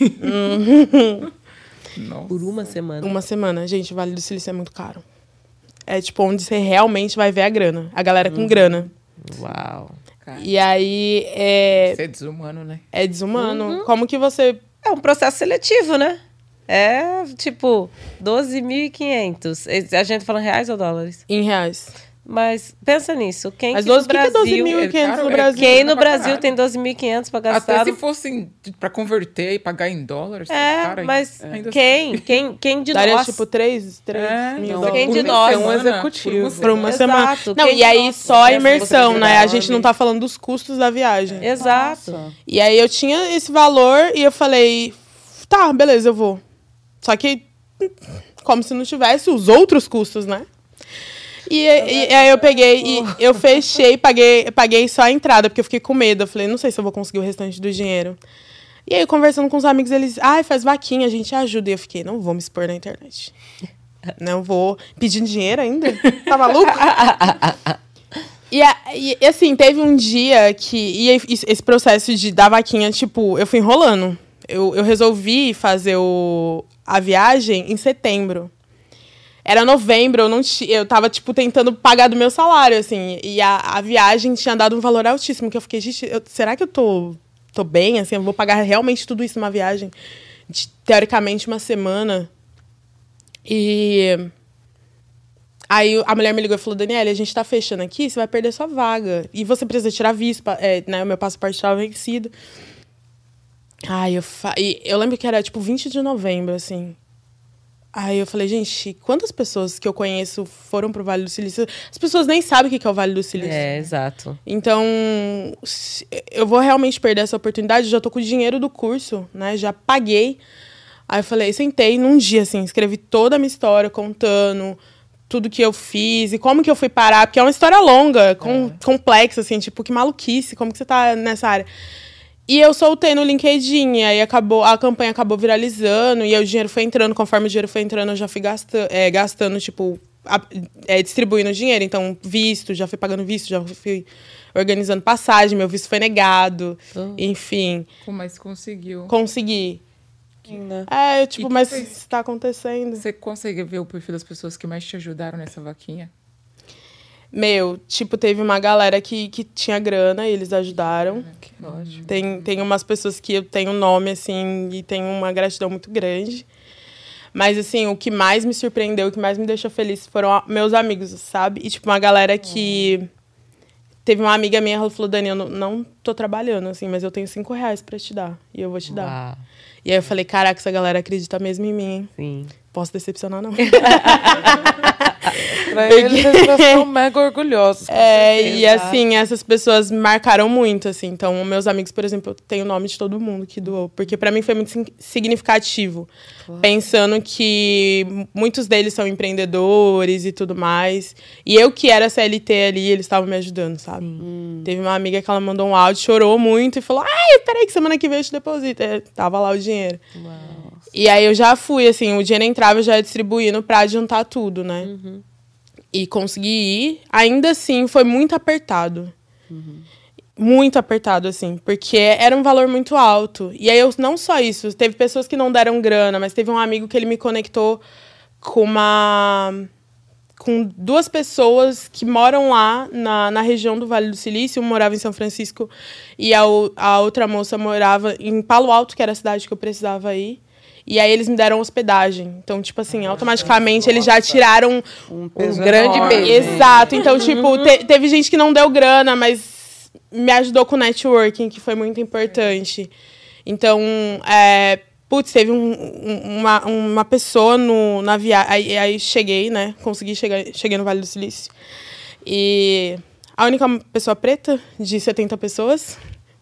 A: Nossa. Por uma semana.
B: Uma semana. Gente, o Vale do Silício é muito caro. É tipo onde você realmente vai ver a grana. A galera com uhum. grana.
A: Uau.
B: Cara. E aí, é...
D: Isso é desumano, né?
B: É desumano. Uhum. Como que você...
A: É um processo seletivo, né? É, tipo, doze mil e quinhentos. A gente fala em reais ou dólares?
B: Em reais.
A: Mas pensa nisso. Quem
B: Mas
A: que no
B: Brasil... que é doze mil e quinhentos no Brasil?
A: Quem no Brasil tem doze mil e quinhentos pra gastar?
D: Até se fosse pra converter e pagar em dólares.
A: É,
D: cara,
A: mas
D: ainda
A: quem? quem? Quem de
B: Daria,
A: nós?
B: tipo três, três
A: é,
B: mil
A: dólares. Quem de nós?
C: Um executivo.
B: Por uma semana.
A: Exato.
B: Não,
A: quem
B: e aí
A: nós?
B: só a imersão, né? A gente não tá falando dos custos da viagem.
A: Exato.
B: Nossa. E aí eu tinha esse valor e eu falei, tá, beleza, eu vou. Só que, como se não tivesse os outros custos, né? E, e, e aí eu peguei e eu fechei, paguei, paguei só a entrada, porque eu fiquei com medo. Eu falei, não sei se eu vou conseguir o restante do dinheiro. E aí, conversando com os amigos, eles... Ai, faz vaquinha, a gente ajuda. E eu fiquei, não vou me expor na internet. Não vou pedir dinheiro ainda? Tá maluco? E, e, e assim, teve um dia que... E esse processo de dar vaquinha, tipo, eu fui enrolando. Eu, eu resolvi fazer o, a viagem em setembro. Era novembro, eu não tinha... Eu tava, tipo, tentando pagar do meu salário, assim. E a, a viagem tinha dado um valor altíssimo. Que eu fiquei, gente, eu, será que eu tô... Tô bem, assim, eu vou pagar realmente tudo isso numa viagem de, teoricamente, uma semana. E aí a mulher me ligou e falou, Daniela, a gente tá fechando aqui, você vai perder sua vaga. E você precisa tirar visto, é, né, o meu passaporte estava vencido. Ai, eu, fa... e eu lembro que era, tipo, vinte de novembro, assim. Aí eu falei, gente, quantas pessoas que eu conheço foram pro Vale do Silício? As pessoas nem sabem o que é o Vale do Silício.
A: É, exato.
B: Então, eu vou realmente perder essa oportunidade. Já tô com o dinheiro do curso, né? Já paguei. Aí eu falei, sentei num dia, assim, escrevi toda a minha história, contando tudo que eu fiz e como que eu fui parar. Porque é uma história longa, com, é. complexa, assim, tipo, que maluquice, como que você tá nessa área? E eu soltei no LinkedIn, aí acabou, a campanha acabou viralizando, e aí o dinheiro foi entrando, conforme o dinheiro foi entrando, eu já fui gastando, é, gastando tipo, a, é, distribuindo o dinheiro. Então, visto, já fui pagando visto, já fui organizando passagem, meu visto foi negado, oh. enfim.
D: Mas conseguiu.
B: Consegui.
C: Ainda.
B: É, tipo, mas isso tá acontecendo.
D: Você consegue ver o perfil das pessoas que mais te ajudaram nessa vaquinha?
B: Meu, tipo, teve uma galera que, que tinha grana e eles ajudaram.
D: Que ótimo.
B: Tem, tem umas pessoas que eu tenho nome, assim, e tenho uma gratidão muito grande. Mas, assim, o que mais me surpreendeu, o que mais me deixou feliz foram meus amigos, sabe? E, tipo, uma galera que... Uhum. Teve uma amiga minha, ela falou, Dani, eu não, não tô trabalhando, assim, mas eu tenho cinco reais pra te dar. E eu vou te dar. Uau. E aí eu falei, caraca, essa galera acredita mesmo em mim, hein?
A: Sim.
B: Posso decepcionar, não.
C: Pra eles, eles estão mega orgulhosos.
B: É, certeza. E assim, essas pessoas marcaram muito, assim. Então, meus amigos, por exemplo, eu tenho o nome de todo mundo que doou. Porque pra mim foi muito significativo. Claro. Pensando que muitos deles são empreendedores e tudo mais. E eu que era C L T ali, eles estavam me ajudando, sabe? Hum. Teve uma amiga que ela mandou um áudio, chorou muito e falou, ai, peraí que semana que vem eu te deposito. É, tava lá o dinheiro. Uau. E aí eu já fui, assim, o dinheiro entrava, eu já ia distribuindo pra adiantar tudo, né? Uhum. E consegui ir. Ainda assim, foi muito apertado. Uhum. Muito apertado, assim. Porque era um valor muito alto. E aí, eu, não só isso. Teve pessoas que não deram grana, mas teve um amigo que ele me conectou com uma... com duas pessoas que moram lá na, na região do Vale do Silício. Um morava em São Francisco e a, a outra moça morava em Palo Alto, que era a cidade que eu precisava ir. E aí eles me deram hospedagem. Então, tipo assim, automaticamente eles já tiraram
C: um, peso
A: um grande
C: enorme.
A: peso.
B: Exato. Então, tipo, te, teve gente que não deu grana, mas me ajudou com o networking, que foi muito importante. Então, é, putz, teve um, um, uma, uma pessoa no, na viagem. Aí, aí cheguei, né? Consegui chegar, cheguei no Vale do Silício. E a única pessoa preta de setenta pessoas.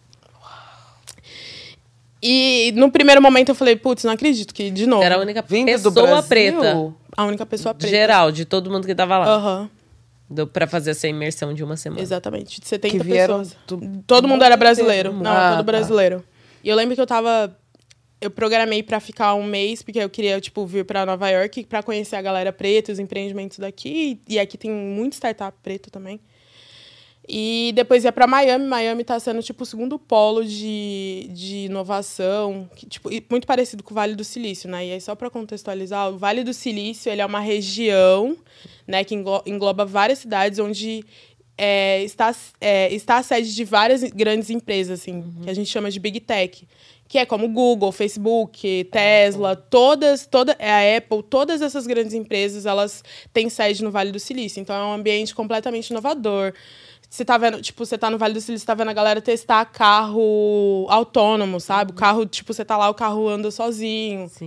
B: E no primeiro momento eu falei, putz, não acredito que, de novo...
A: Era a única
C: Vindo
A: pessoa
C: do Brasil?
A: preta.
B: A única pessoa preta.
A: Geral, de todo mundo que tava lá.
B: Aham. Uhum.
A: Deu pra fazer essa imersão de uma semana.
B: Exatamente, de setenta
C: que vieram
B: pessoas.
C: Do...
B: Todo mundo era brasileiro. Não,
C: ah,
B: todo brasileiro. Tá. E eu lembro que eu tava... Eu programei pra ficar um mês, porque eu queria, tipo, vir pra Nova York pra conhecer a galera preta, os empreendimentos daqui. E aqui tem muito startup preto também. E depois ia para Miami. Miami está sendo, tipo, o segundo polo de, de inovação, que, tipo, muito parecido com o Vale do Silício, né? E aí, só para contextualizar, o Vale do Silício ele é uma região, né, que engloba várias cidades onde é, está, é, está a sede de várias grandes empresas, assim, uhum. que a gente chama de Big Tech, que é como Google, Facebook, Tesla, todas, toda, a Apple, todas essas grandes empresas, elas têm sede no Vale do Silício. Então, é um ambiente completamente inovador. Você tá vendo, tipo, você tá no Vale do Silício, você tá vendo a galera testar carro autônomo, sabe? O carro, tipo, você tá lá, o carro anda sozinho.
A: Sim.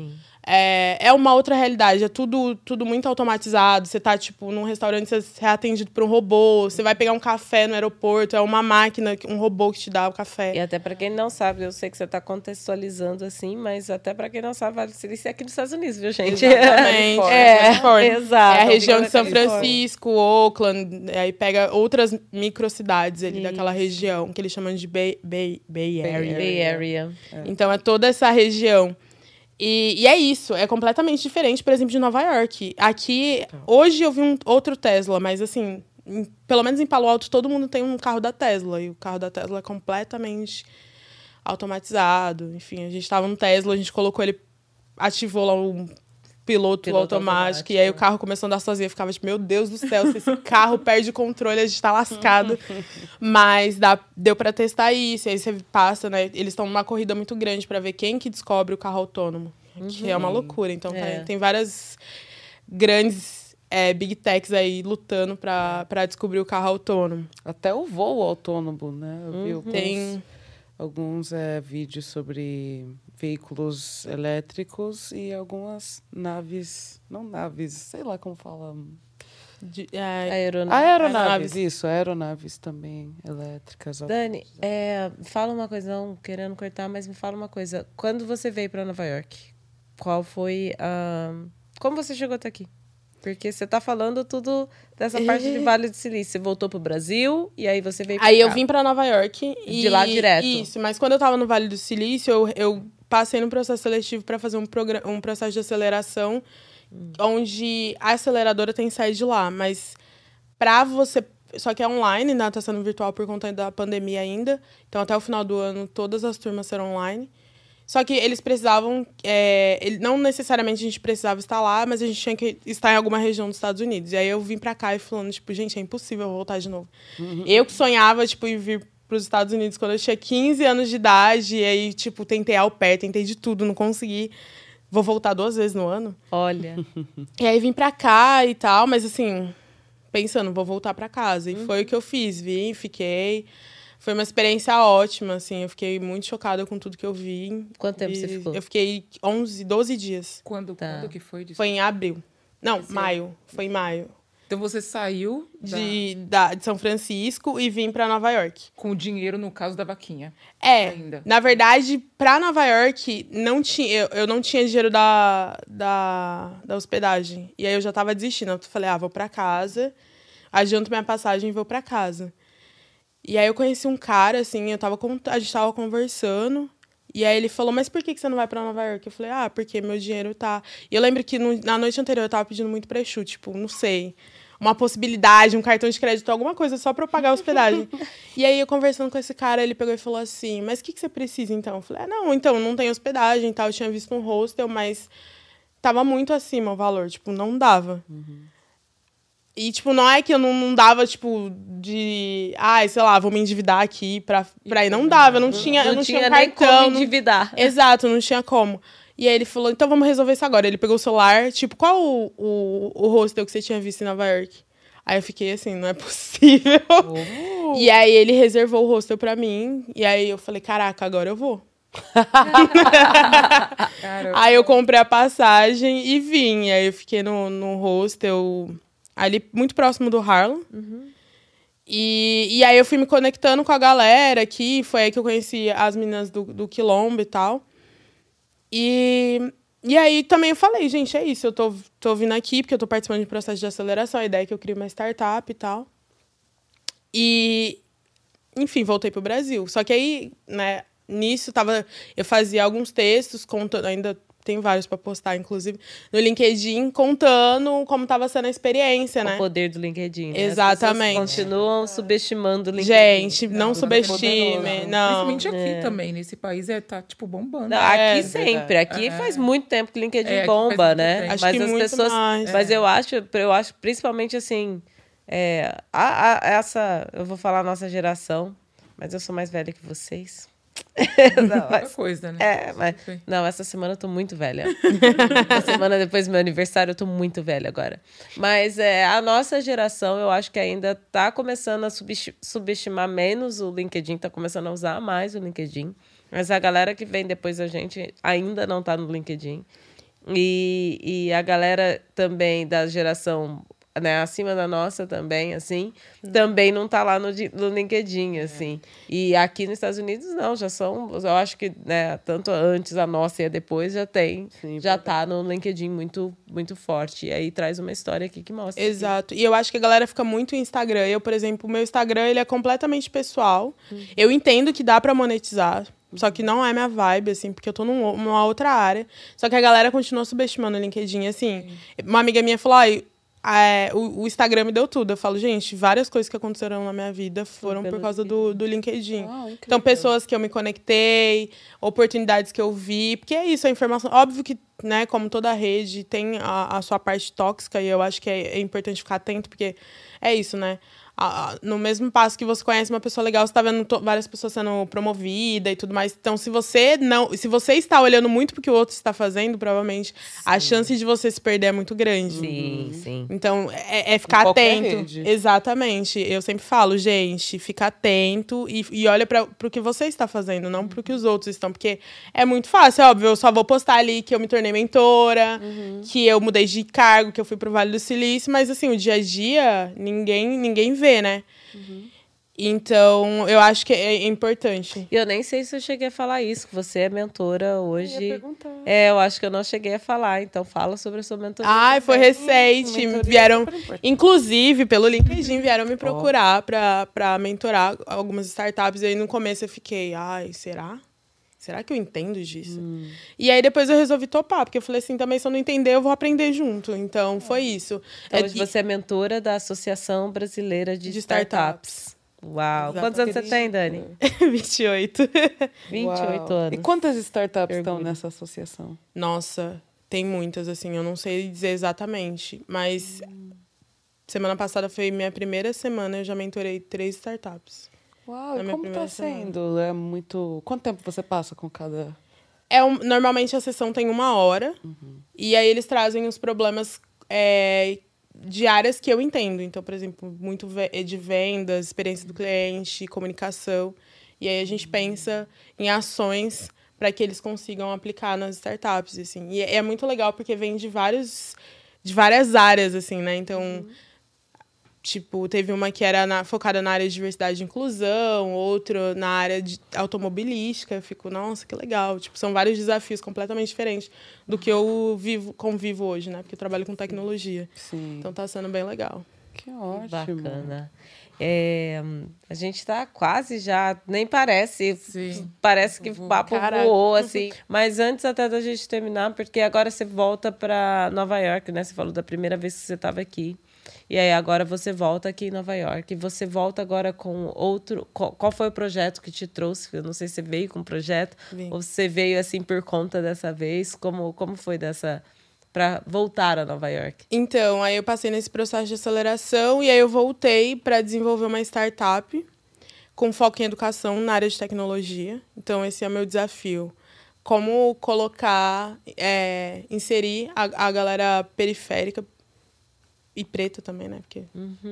B: É, é uma outra realidade, é tudo, tudo muito automatizado. Você tá, tipo, num restaurante, você é atendido por um robô. Você vai pegar um café no aeroporto, é uma máquina, um robô que te dá o café.
A: E até para quem não sabe, eu sei que você está contextualizando assim, mas até para quem não sabe, Vale do Silício é aqui nos Estados Unidos, viu, gente?
B: Exatamente.
A: É, exato.
B: É a região de São Francisco, Oakland, aí pega outras microcidades ali
A: Isso.
B: daquela região, que eles chamam de Bay, Bay, Bay Area.
A: Bay Area.
B: É. Então, é toda essa região. E, e é isso, é completamente diferente, por exemplo, de Nova York. Aqui, hoje eu vi um outro Tesla, mas assim, em, pelo menos em Palo Alto, todo mundo tem um carro da Tesla. E o carro da Tesla é completamente automatizado. Enfim, a gente tava no Tesla, a gente colocou ele, ativou lá um piloto, piloto automático, automático, e aí o carro começou a andar sozinho. Eu ficava tipo, meu Deus do céu, se esse carro perde o controle, a gente tá lascado. Mas dá, deu pra testar isso, e aí você passa, né? Eles estão numa corrida muito grande pra ver quem que descobre o carro autônomo, uhum. que é uma loucura. Então é. tem, tem várias grandes é, big techs aí lutando pra, pra descobrir o carro autônomo.
C: Até o voo autônomo, né? Eu vi
B: uhum.
C: alguns,
B: tem...
C: alguns é, vídeos sobre veículos elétricos e algumas naves, não naves, sei lá como fala.
B: De, é,
A: aeronaves.
C: aeronaves, isso, aeronaves também elétricas.
A: Dani, é, fala uma coisa, não querendo cortar, mas me fala uma coisa. Quando você veio para Nova York, qual foi a... Como você chegou até aqui? Porque você tá falando tudo dessa parte de Vale do Silício. Você voltou pro Brasil e aí você veio pra
B: Aí
A: cá.
B: eu vim pra Nova York. E...
A: De lá direto.
B: Isso, mas quando eu tava no Vale do Silício, eu, eu passei no processo seletivo para fazer um, programa, um processo de aceleração, hum. onde a aceleradora tem sede lá. Mas pra você... Só que é online, né? Tá sendo virtual por conta da pandemia ainda. Então, até o final do ano, todas as turmas serão online. Só que eles precisavam... É, ele, não necessariamente a gente precisava estar lá, mas a gente tinha que estar em alguma região dos Estados Unidos. E aí eu vim pra cá e falando, tipo, gente, é impossível voltar de novo. Uhum. Eu que sonhava, tipo, em vir pros Estados Unidos quando eu tinha quinze anos de idade. E aí, tipo, tentei au pair, tentei de tudo, não consegui. Vou voltar duas vezes no ano.
A: Olha.
B: E aí vim pra cá e tal, mas assim, pensando, vou voltar pra casa. E uhum. foi o que eu fiz. Vim, fiquei... Foi uma experiência ótima, assim. Eu fiquei muito chocada com tudo que eu vi.
A: Quanto tempo você ficou?
B: Eu fiquei onze, doze dias.
D: Quando, tá. quando que foi? Desculpa.
B: Foi em abril. Não, Esse maio. É. Foi em maio.
D: Então você saiu da...
B: De, da, de São Francisco e vim pra Nova York.
D: Com o dinheiro, no caso da vaquinha.
B: É.
D: Ainda.
B: Na verdade, pra Nova York, não tinha, eu, eu não tinha dinheiro da, da, da hospedagem. E aí eu já tava desistindo. Eu falei, ah, vou pra casa, adianto minha passagem e vou pra casa. E aí eu conheci um cara, assim, eu tava com, a gente tava conversando. E aí ele falou, mas por que que você não vai pra Nova York? Eu falei, ah, porque meu dinheiro tá... E eu lembro que no, na noite anterior eu tava pedindo muito pré-chu, tipo, não sei, uma possibilidade, um cartão de crédito, alguma coisa só pra eu pagar a hospedagem. E aí eu conversando com esse cara, ele pegou e falou assim, mas o que que você precisa então? Eu falei, ah, não, então, não tem hospedagem e tal. Eu tinha visto um hostel, mas tava muito acima o valor, tipo, não dava. Uhum. E, tipo, não é que eu não, não dava, tipo, de... Ai, sei lá, vou me endividar aqui pra, pra ir. Não dava, eu não tinha,
A: não
B: eu não
A: tinha,
B: tinha um
A: nem
B: cartão.
A: como endividar.
B: Não... Exato, não tinha como. E aí ele falou, então vamos resolver isso agora. Ele pegou o celular, tipo, qual o, o, o hostel que você tinha visto em Nova York? Aí eu fiquei assim, não é possível. Oh. E aí ele reservou o hostel pra mim. E aí eu falei, caraca, agora eu vou. Aí eu comprei a passagem e vim. Aí eu fiquei no, no hostel... ali muito próximo do Harlem. Uhum. E, e aí eu fui me conectando com a galera aqui. Foi aí que eu conheci as meninas do, do Quilombo e tal. E, e aí também eu falei, gente, é isso. Eu tô, tô vindo aqui porque eu tô participando de processo de aceleração. A ideia é que eu crie uma startup e tal. E, enfim, voltei pro Brasil. Só que aí, né, nisso tava... Eu fazia alguns textos, contando, ainda... Tem vários para postar, inclusive, no LinkedIn, contando como estava sendo a experiência, né?
A: O poder do LinkedIn. Né?
B: Exatamente.
A: As pessoas continuam subestimando o LinkedIn.
B: Gente, não, não
D: Não.
B: subestime. Não.
D: Principalmente aqui
A: é.
D: também, nesse país, é, tá, tipo, bombando.
A: Não, aqui
B: é,
A: sempre. Aqui é. faz muito tempo que o LinkedIn
D: é,
A: bomba, né?
B: Acho
A: mas
B: que
A: as
B: muito
A: pessoas.
B: mais.
A: Mas
B: é.
A: eu acho, eu acho, principalmente assim, é, a, a, essa, eu vou falar nossa geração, mas eu sou mais velha que vocês.
D: Não, mas, coisa, né?
A: É, mas, não, essa semana eu tô muito velha. Uma semana depois do meu aniversário eu tô muito velha agora. Mas é, a nossa geração, eu acho que ainda tá começando a subestimar menos o LinkedIn, tá começando a usar mais o LinkedIn. Mas a galera que vem depois da gente ainda não tá no LinkedIn. E, e a galera também da geração, né, acima da nossa também, assim, hum. também não tá lá no, no LinkedIn, assim. É. E aqui nos Estados Unidos, não, já são, eu acho que, né, tanto antes a nossa e a depois já tem, Sim, já tá no LinkedIn muito, muito forte. E aí traz uma história aqui que mostra.
B: Exato. Que... E eu acho que a galera fica muito em Instagram. Eu, por exemplo, o meu Instagram, ele é completamente pessoal. Hum. Eu entendo que dá pra monetizar, só que não é minha vibe, assim, porque eu tô num, numa outra área. Só que a galera continua subestimando o LinkedIn, assim. Sim. Uma amiga minha falou, ah, É, o, o Instagram me deu tudo. Eu falo, gente, várias coisas que aconteceram na minha vida foram por causa do, do LinkedIn. Ah, então, pessoas que eu me conectei, oportunidades que eu vi. Porque é isso, a informação... Óbvio que, né, como toda rede, tem a, a sua parte tóxica. E eu acho que é, é importante ficar atento, porque é isso, né? Ah, no mesmo passo que você conhece uma pessoa legal, você está vendo várias pessoas sendo promovidas e tudo mais. Então, se você não, se você está olhando muito pro que o outro está fazendo, provavelmente sim. a chance de você se perder é muito grande.
A: Sim, uhum. sim.
B: Então, é, é ficar atento. Rede. Exatamente. Eu sempre falo, gente, fica atento e, e olha para o que você está fazendo, não para o que os outros estão. Porque é muito fácil, é óbvio. Eu só vou postar ali que eu me tornei mentora, uhum. que eu mudei de cargo, que eu fui pro Vale do Silício. Mas, assim, o dia a dia, ninguém, ninguém vê. Né? Uhum. Então, eu acho que é importante.
A: Eu nem sei se eu cheguei a falar isso, que você é mentora hoje. Eu ia perguntar. É, eu acho que eu não cheguei a falar, então fala sobre a sua mentoria.
B: Ai, foi recente. Hum, vieram, inclusive, pelo LinkedIn, vieram me procurar oh. para para mentorar algumas startups. E aí, no começo, eu fiquei, ai, será? Será que eu entendo disso? Hum. E aí, depois eu resolvi topar, porque eu falei assim, também se eu não entender, eu vou aprender junto. Então, foi isso.
A: Então, hoje é, você é mentora da Associação Brasileira de, de Startups. Startups. Uau! Exato. Quantos anos você tem, Dani?
B: vinte e oito.
A: vinte e oito Uau. Anos.
C: E quantas startups estão nessa associação?
B: Nossa, tem muitas, assim, eu não sei dizer exatamente. Mas hum. semana passada foi minha primeira semana, eu já mentorei três startups.
C: Uau, e como tá sendo? É muito... Quanto tempo você passa com cada...
B: É um... Normalmente a sessão tem uma hora. Uhum. E aí eles trazem os problemas é, de áreas que eu entendo. Então, por exemplo, muito de vendas, experiência do cliente, comunicação. E aí a gente uhum. pensa em ações para que eles consigam aplicar nas startups, assim. E é muito legal porque vem de, vários, de várias áreas, assim, né? Então... Uhum. Tipo, teve uma que era na, focada na área de diversidade e inclusão, outra na área de automobilística. Eu fico, nossa, que legal. Tipo, são vários desafios completamente diferentes do que eu vivo, convivo hoje, né? Porque eu trabalho com tecnologia. Sim. Então tá sendo bem legal.
C: Que ótimo.
A: Bacana. É, a gente tá quase já, nem parece. Sim. Parece que o papo Caraca. voou, assim. Mas antes até da gente terminar, porque agora você volta para Nova York, né? Você falou da primeira vez que você estava aqui. E aí agora você volta aqui em Nova York. E você volta agora com outro... Qual, qual foi o projeto que te trouxe? Eu não sei se você veio com um projeto. Vim. Ou você veio assim por conta dessa vez. Como, como foi dessa... para voltar a Nova York?
B: Então, aí eu passei nesse processo de aceleração. E aí eu voltei para desenvolver uma startup com foco em educação na área de tecnologia. Então, esse é o meu desafio. Como colocar... É, inserir a, a galera periférica... E preta também, né? Porque...
A: Uhum.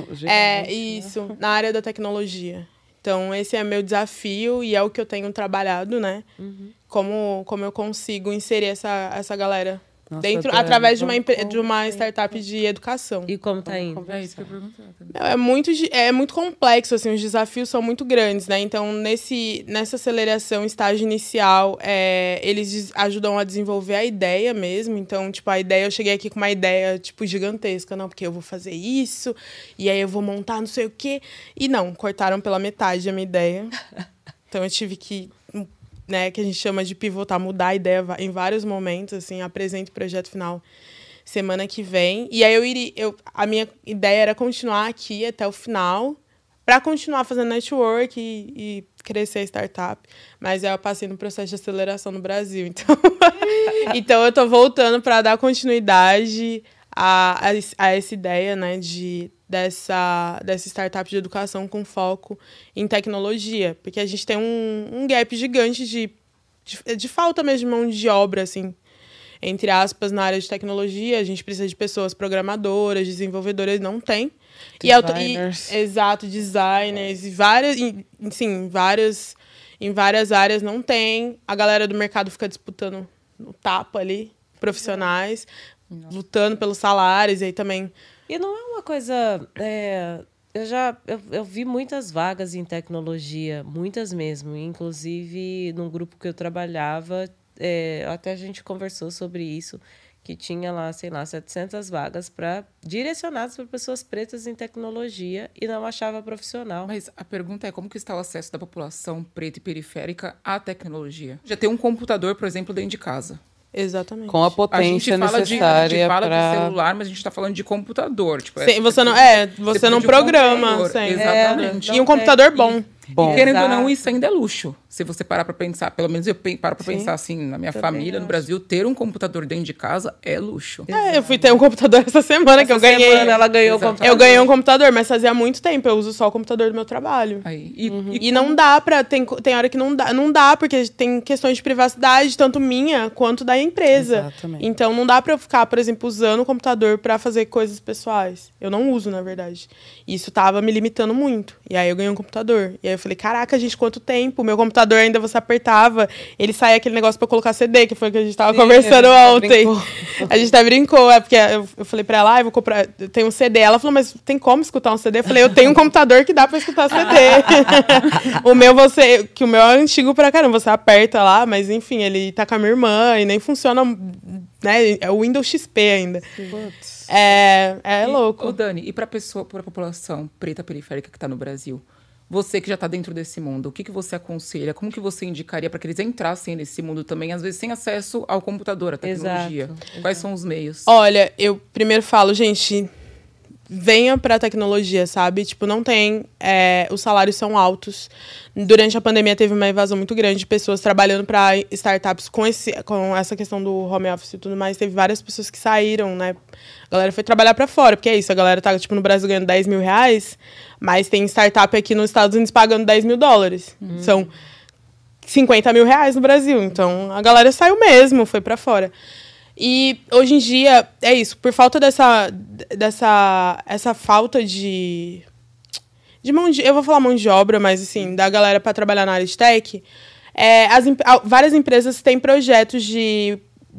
B: É, isso. Né? Na área da tecnologia. Então, esse é meu desafio e é o que eu tenho trabalhado, né? Uhum. Como, como eu consigo inserir essa, essa galera Nossa, dentro, através de uma, de uma startup de educação.
A: E como tá indo?
D: É isso que eu perguntei.
B: É muito, é muito complexo, assim, os desafios são muito grandes, né? Então, nesse, nessa aceleração, estágio inicial, é, eles ajudam a desenvolver a ideia mesmo. Então, tipo, a ideia, eu cheguei aqui com uma ideia, tipo, gigantesca, não, porque eu vou fazer isso, e aí eu vou montar não sei o quê. E não, cortaram pela metade a minha ideia. Então, eu tive que... Né, que a gente chama de pivotar, mudar a ideia em vários momentos, assim, apresento o projeto final semana que vem. E aí eu iria, eu, a minha ideia era continuar aqui até o final, para continuar fazendo network e, e crescer a startup. Mas aí eu passei no processo de aceleração no Brasil. Então, então eu tô voltando para dar continuidade a, a, a essa ideia, né, de... Dessa, dessa startup de educação com foco em tecnologia. Porque a gente tem um, um gap gigante de, de, de falta mesmo de mão de obra, assim, entre aspas, na área de tecnologia. A gente precisa de pessoas programadoras, desenvolvedoras, não tem.
C: Designers.
B: E, e, exato, designers. E várias, e, sim, várias, em várias áreas não tem. A galera do mercado fica disputando no tapa ali. profissionais, lutando pelos salários, e aí também...
A: E não é uma coisa... É, eu já eu, eu vi muitas vagas em tecnologia, muitas mesmo. Inclusive, num grupo que eu trabalhava, é, até a gente conversou sobre isso, que tinha lá, sei lá, setecentas vagas para direcionadas para pessoas pretas em tecnologia e não achava profissional.
D: Mas a pergunta é como que está o acesso da população preta e periférica à tecnologia? Já tem um computador, por exemplo, dentro de casa.
B: Exatamente.
C: Com a potência
D: a gente fala
C: necessária
D: de, a gente fala
C: pra...
D: de celular, mas a gente está falando de computador. Tipo,
B: Sim,
D: é,
B: você não, é, você não
D: de um
B: programa.
D: computador,
B: Sim.
D: Exatamente.
B: É, e um computador bom.
C: Bom.
D: E querendo ou
A: Exato.
D: não, isso ainda é luxo. Se você parar para pensar, pelo menos eu pe- paro para
B: Sim.
D: pensar assim, na minha
A: Também
D: família, no
A: acho.
D: Brasil, ter um computador dentro de casa é luxo.
B: É, eu fui ter um computador essa semana que eu
A: Essa
B: ganhei.
A: semana ela ganhou o
D: Exato.
A: computador.
B: Eu ganhei um computador, mas fazia muito tempo. Eu uso só o computador do meu trabalho.
D: Aí, e, e
B: E não dá pra. Tem, tem hora que não dá, não dá, porque tem questões de privacidade, tanto minha quanto da empresa.
C: Exatamente.
B: Então não dá pra eu ficar, por exemplo, usando o computador pra fazer coisas pessoais. Eu não uso, na verdade. Isso tava me limitando muito. E aí eu ganhei um computador. E aí eu falei, caraca, gente, quanto tempo? Meu computador ainda você apertava, ele saía aquele negócio pra eu colocar C D, que foi o que a gente tava
C: Sim,
B: conversando
C: a gente até
B: ontem.
C: brincou.
B: A gente até brincou, é porque eu, eu falei pra ela, ah, eu vou comprar, eu tenho um C D. Ela falou, mas tem como escutar um C D? Eu falei, eu tenho um computador que dá pra escutar C D. O meu, você, que o meu é antigo pra caramba, você aperta lá, mas enfim, ele tá com a minha irmã e nem funciona, né? É o Windows X P ainda.
C: Putz.
B: É, é
D: E,
B: louco.
D: ô, Dani, e para pessoa, para a população preta periférica que está no Brasil, você que já está dentro desse mundo, o que, que você aconselha? Como que você indicaria para que eles entrassem nesse mundo também, às vezes sem acesso ao computador, à tecnologia?
A: Exato,
D: Quais são os meios?
B: Olha, eu primeiro falo, gente, venha pra tecnologia, sabe? Tipo, não tem... É, os salários são altos. Durante a pandemia teve uma evasão muito grande de pessoas trabalhando para startups com, esse, com essa questão do home office e tudo mais. Teve várias pessoas que saíram, né? A galera foi trabalhar para fora, porque é isso. A galera tá, tipo, no Brasil ganhando dez mil reais, mas tem startup aqui nos Estados Unidos pagando dez mil dólares. Hum. São cinquenta mil reais no Brasil. Então, a galera saiu mesmo, foi para fora. E hoje em dia, é isso, por falta dessa, dessa essa falta de, de mão de... Eu vou falar mão de obra, mas assim, da galera para trabalhar na área de tech, é, as, várias empresas têm projetos de,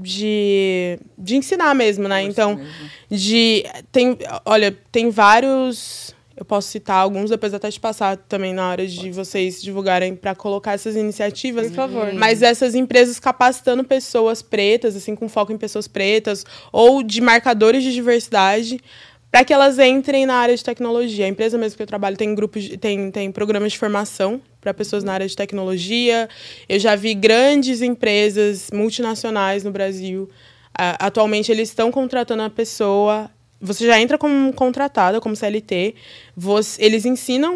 B: de, de ensinar mesmo, né? Então,
D: mesmo.
B: de... Tem, olha, tem vários... Eu posso citar alguns, depois até te passar também na hora de Pode. vocês divulgarem para colocar essas iniciativas.
A: Por favor.
B: Mas essas empresas capacitando pessoas pretas, assim, com foco em pessoas pretas, ou de marcadores de diversidade, para que elas entrem na área de tecnologia. A empresa mesmo que eu trabalho tem grupos, de, tem, tem programas de formação para pessoas na área de tecnologia. Eu já vi grandes empresas multinacionais no Brasil. Uh, atualmente, eles estão contratando a pessoa... Você já entra como contratada, como C L T. Você, eles ensinam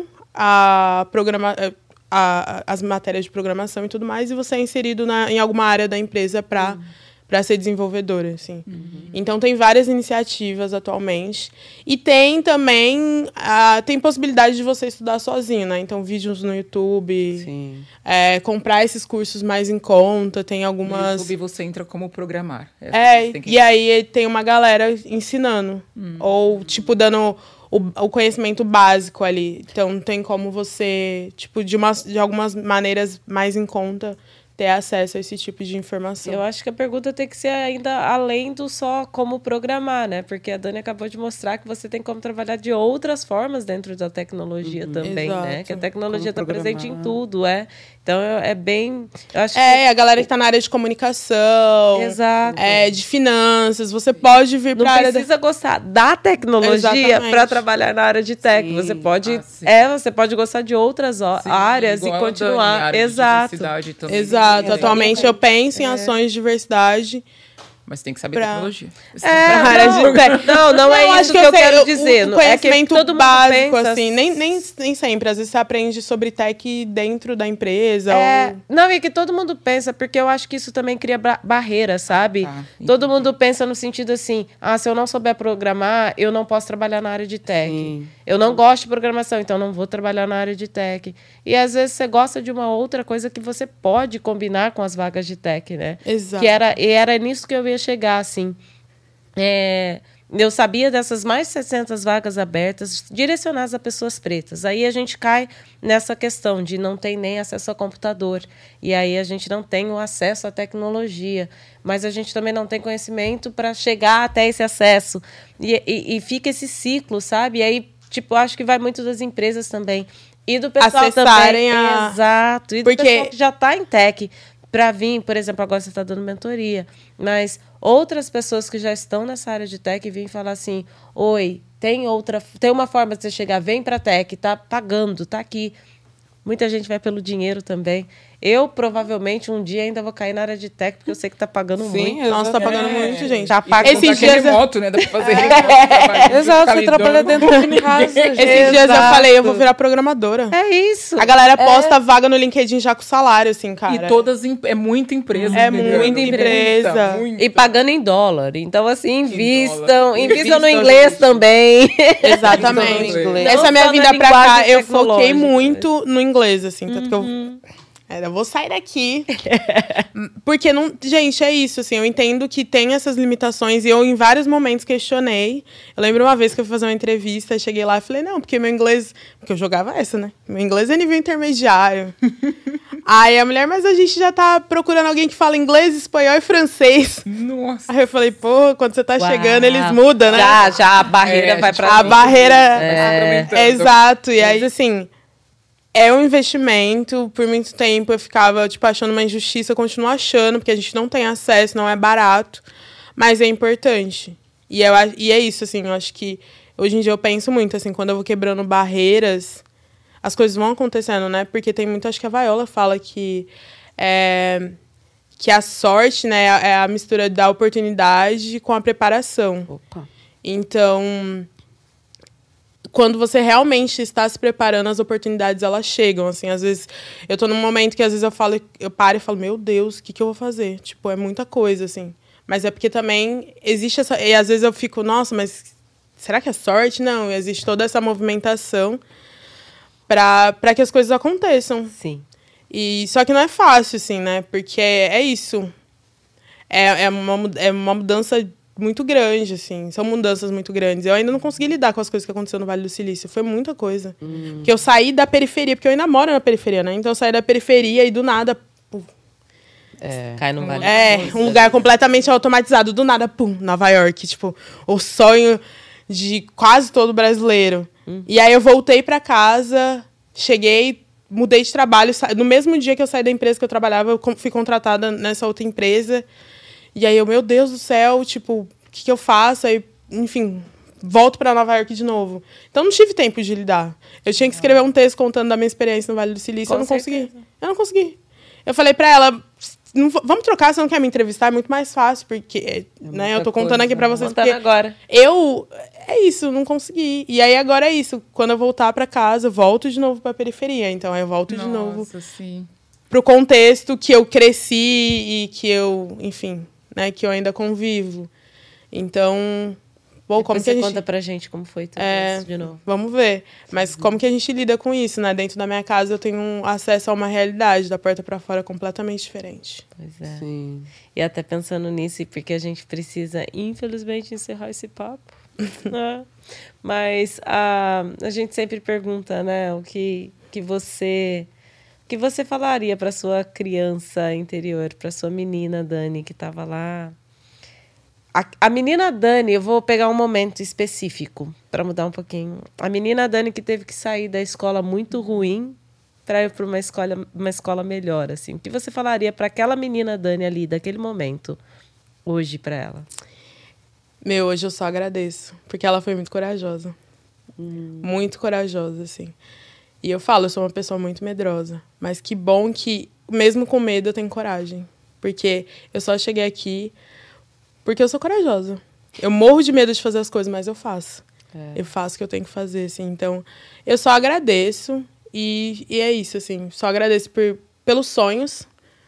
B: a programa, a, a, as matérias de programação e tudo mais, e você é inserido na, em alguma área da empresa para uhum. para ser desenvolvedora, assim. Uhum. Então, tem várias iniciativas atualmente. E tem também... A, tem possibilidade de você estudar sozinho, né? Então, vídeos no YouTube.
C: Sim.
B: É, comprar esses cursos mais em conta. Tem algumas...
D: No YouTube você entra como programar.
B: É, é e aí tem uma galera ensinando. Hum. Ou, tipo, dando... O, o conhecimento básico ali. Então, tem como você, tipo, de, umas, de algumas maneiras mais em conta... ter acesso a esse tipo de informação.
A: Eu acho que a pergunta tem que ser ainda além do só como programar, né? Porque a Dani acabou de mostrar que você tem como trabalhar de outras formas dentro da tecnologia uhum. também,
B: Exato.
A: né? Que a tecnologia está presente em tudo, é. Então, é bem... Eu acho
B: é,
A: que...
B: a galera que está na área de comunicação.
A: Exato.
B: É, de finanças. Você pode vir para a área...
A: Não precisa da... gostar da tecnologia para trabalhar na área de tech. Sim. Você pode... Ah, é, você pode gostar de outras sim, áreas e continuar.
D: Dani,
A: Exato.
D: Também.
B: Exato. É, atualmente eu penso em ações de diversidade.
D: Mas tem que saber
B: pra...
D: tecnologia.
A: É, área
B: não,
A: de tech. não, não, não é isso que eu, que eu quero
B: o,
A: dizer.
B: O conhecimento
A: é que todo
B: básico,
A: pensa...
B: assim, nem, nem, nem sempre. Às vezes você aprende sobre tech dentro da empresa.
A: É,
B: ou...
A: Não, e que todo mundo pensa, porque eu acho que isso também cria barreira, sabe? Ah, todo mundo pensa no sentido assim, ah, se eu não souber programar, eu não posso trabalhar na área de tech. Sim. Eu não gosto de programação, então não vou trabalhar na área de tech. E às vezes você gosta de uma outra coisa que você pode combinar com as vagas de tech, né?
B: Exato.
A: Que era, e era nisso que eu ia chegar, assim. É, eu sabia dessas mais de seiscentas vagas abertas direcionadas a pessoas pretas. Aí a gente cai nessa questão de não ter nem acesso a computador. E aí a gente não tem o acesso à tecnologia. Mas a gente também não tem conhecimento para chegar até esse acesso. E, e, e fica esse ciclo, sabe? E aí, tipo, acho que vai muito das empresas também. E do pessoal
B: acessarem
A: também.
B: A...
A: Exato. E do
B: Porque...
A: pessoal que já está em tech. Para vir, por exemplo, agora você está dando mentoria. Mas outras pessoas que já estão nessa área de tech vêm falar assim, oi, tem outra, tem uma forma de você chegar, vem para a tech, tá pagando, tá aqui. Muita gente vai pelo dinheiro também. Eu, provavelmente, um dia ainda vou cair na área de tech, porque eu sei que tá pagando
C: Sim,
A: muito.
B: Nossa, tá pagando
D: É.
B: muito, gente.
A: Tá pagando.
B: Esses dias...
D: remoto, né? Dá pra fazer
C: É. Exato, você trabalha dentro de casa, gente.
B: Esses dias eu falei, eu vou virar programadora.
A: É isso.
B: A galera posta vaga no LinkedIn já com salário, assim, cara.
D: E todas, em- é muita empresa.
B: É
D: migrando.
B: muita empresa.
D: Muita, muita.
A: E pagando em dólar. Então, assim, invistam.
D: dólar.
A: Invistam no
D: Invistam,
A: inglês
D: gente.
A: também.
B: Exatamente.
C: Inglês.
A: Não
B: Essa minha
A: só na
B: vinda pra cá,
A: linguagem
B: eu foquei
A: tecnológica.
B: muito no inglês, assim. Tanto que eu... É, eu vou sair daqui. Porque, não, gente, é isso, assim. Eu entendo que tem essas limitações. E eu, em vários momentos, questionei. Eu lembro uma vez que eu fui fazer uma entrevista. Cheguei lá e falei, não, porque meu inglês... Porque eu jogava essa, né? Meu inglês é nível intermediário. Aí a mulher, mas a gente já tá procurando alguém que fala inglês, espanhol e francês.
D: Nossa.
B: Aí eu falei, pô, quando você tá
A: Uau.
B: chegando, eles mudam, né?
A: Já, já a barreira
D: É,
A: vai
D: gente,
A: pra
B: A
A: frente.
B: barreira...
A: É.
B: É, exato. E aí, assim... É um investimento. Por muito tempo eu ficava, tipo, achando uma injustiça. Eu continuo achando, porque a gente não tem acesso, não é barato. Mas é importante. E, eu, a- e é isso, assim, eu acho que... Hoje em dia eu penso muito, assim, quando eu vou quebrando barreiras, as coisas vão acontecendo, né? Porque tem muito... Acho que a Viola fala que... É, que a sorte, né, é a mistura da oportunidade com a preparação.
C: Opa.
B: Então... Quando você realmente está se preparando, as oportunidades, elas chegam, assim. Às vezes, eu tô num momento que, às vezes, eu falo... Eu paro e falo, meu Deus, o que, que eu vou fazer? Tipo, é muita coisa, assim. Mas é porque também existe essa... E, às vezes, eu fico, nossa, mas será que é sorte? Não, existe toda essa movimentação para que as coisas aconteçam.
A: Sim.
B: E, só que não é fácil, assim, né? Porque é, é isso. É, é, uma, mu- é uma mudança... muito grande, assim. São mudanças muito grandes. Eu ainda não consegui lidar com as coisas que aconteceram no Vale do Silício. Foi muita coisa.
A: Hum.
B: Porque eu saí da periferia, porque eu ainda moro na periferia, né? Então eu saí da periferia e do nada... Pum,
C: É.
A: Cai no vale.
B: é, um lugar completamente automatizado. Do nada, pum, Nova York. Tipo, o sonho de quase todo brasileiro.
A: Hum.
B: E aí eu voltei pra casa, cheguei, mudei de trabalho. sa- No mesmo dia que eu saí da empresa que eu trabalhava, eu com- fui contratada nessa outra empresa. E aí eu, meu Deus do céu, tipo, o que, que eu faço? Aí, enfim, volto pra Nova York de novo. Então não tive tempo de lidar. Eu tinha que escrever um texto contando da minha experiência no Vale do Silício.
A: Com
B: eu não consegui.
A: certeza.
B: Eu não consegui. Eu falei pra ela, não v- vamos trocar, você não quer me entrevistar? É muito mais fácil, porque, né, eu tô contando
C: coisa,
B: aqui pra
C: né?
B: vocês.
A: Contando
B: Porque
A: agora.
B: eu, é isso, não consegui. E aí agora é isso. Quando eu voltar pra casa, eu volto de novo pra periferia. Então aí eu volto de novo
D: Nossa, sim.
B: pro contexto que eu cresci e que eu, enfim, né, que eu ainda convivo. Então, bom, como
A: Depois
B: que a
A: você
B: gente...
A: conta pra gente como foi tudo
B: É,
A: isso de novo.
B: vamos ver. Mas como que a gente lida com isso, né? Dentro da minha casa eu tenho um acesso a uma realidade da porta pra fora completamente diferente.
A: Pois é.
C: Sim.
A: E até pensando nisso, e porque a gente precisa, infelizmente, encerrar esse papo. Né? Mas a, a gente sempre pergunta, né, o que, que você... O que você falaria para sua criança interior, para sua menina Dani, que estava lá? A, a menina Dani, eu vou pegar um momento específico para mudar um pouquinho. A menina Dani que teve que sair da escola muito ruim para ir para uma escola, uma escola melhor, assim. O que você falaria para aquela menina Dani ali, daquele momento, hoje para ela?
B: Meu, hoje eu só agradeço, porque ela foi muito corajosa. Muito corajosa, assim. E eu falo, eu sou uma pessoa muito medrosa. Mas que bom que, mesmo com medo, eu tenho coragem. Porque eu só cheguei aqui porque eu sou corajosa. Eu morro de medo de fazer as coisas, mas eu faço.
C: É.
B: Eu faço o que eu tenho que fazer, assim. Então, eu só agradeço. E, e é isso, assim. Só agradeço por, pelos sonhos.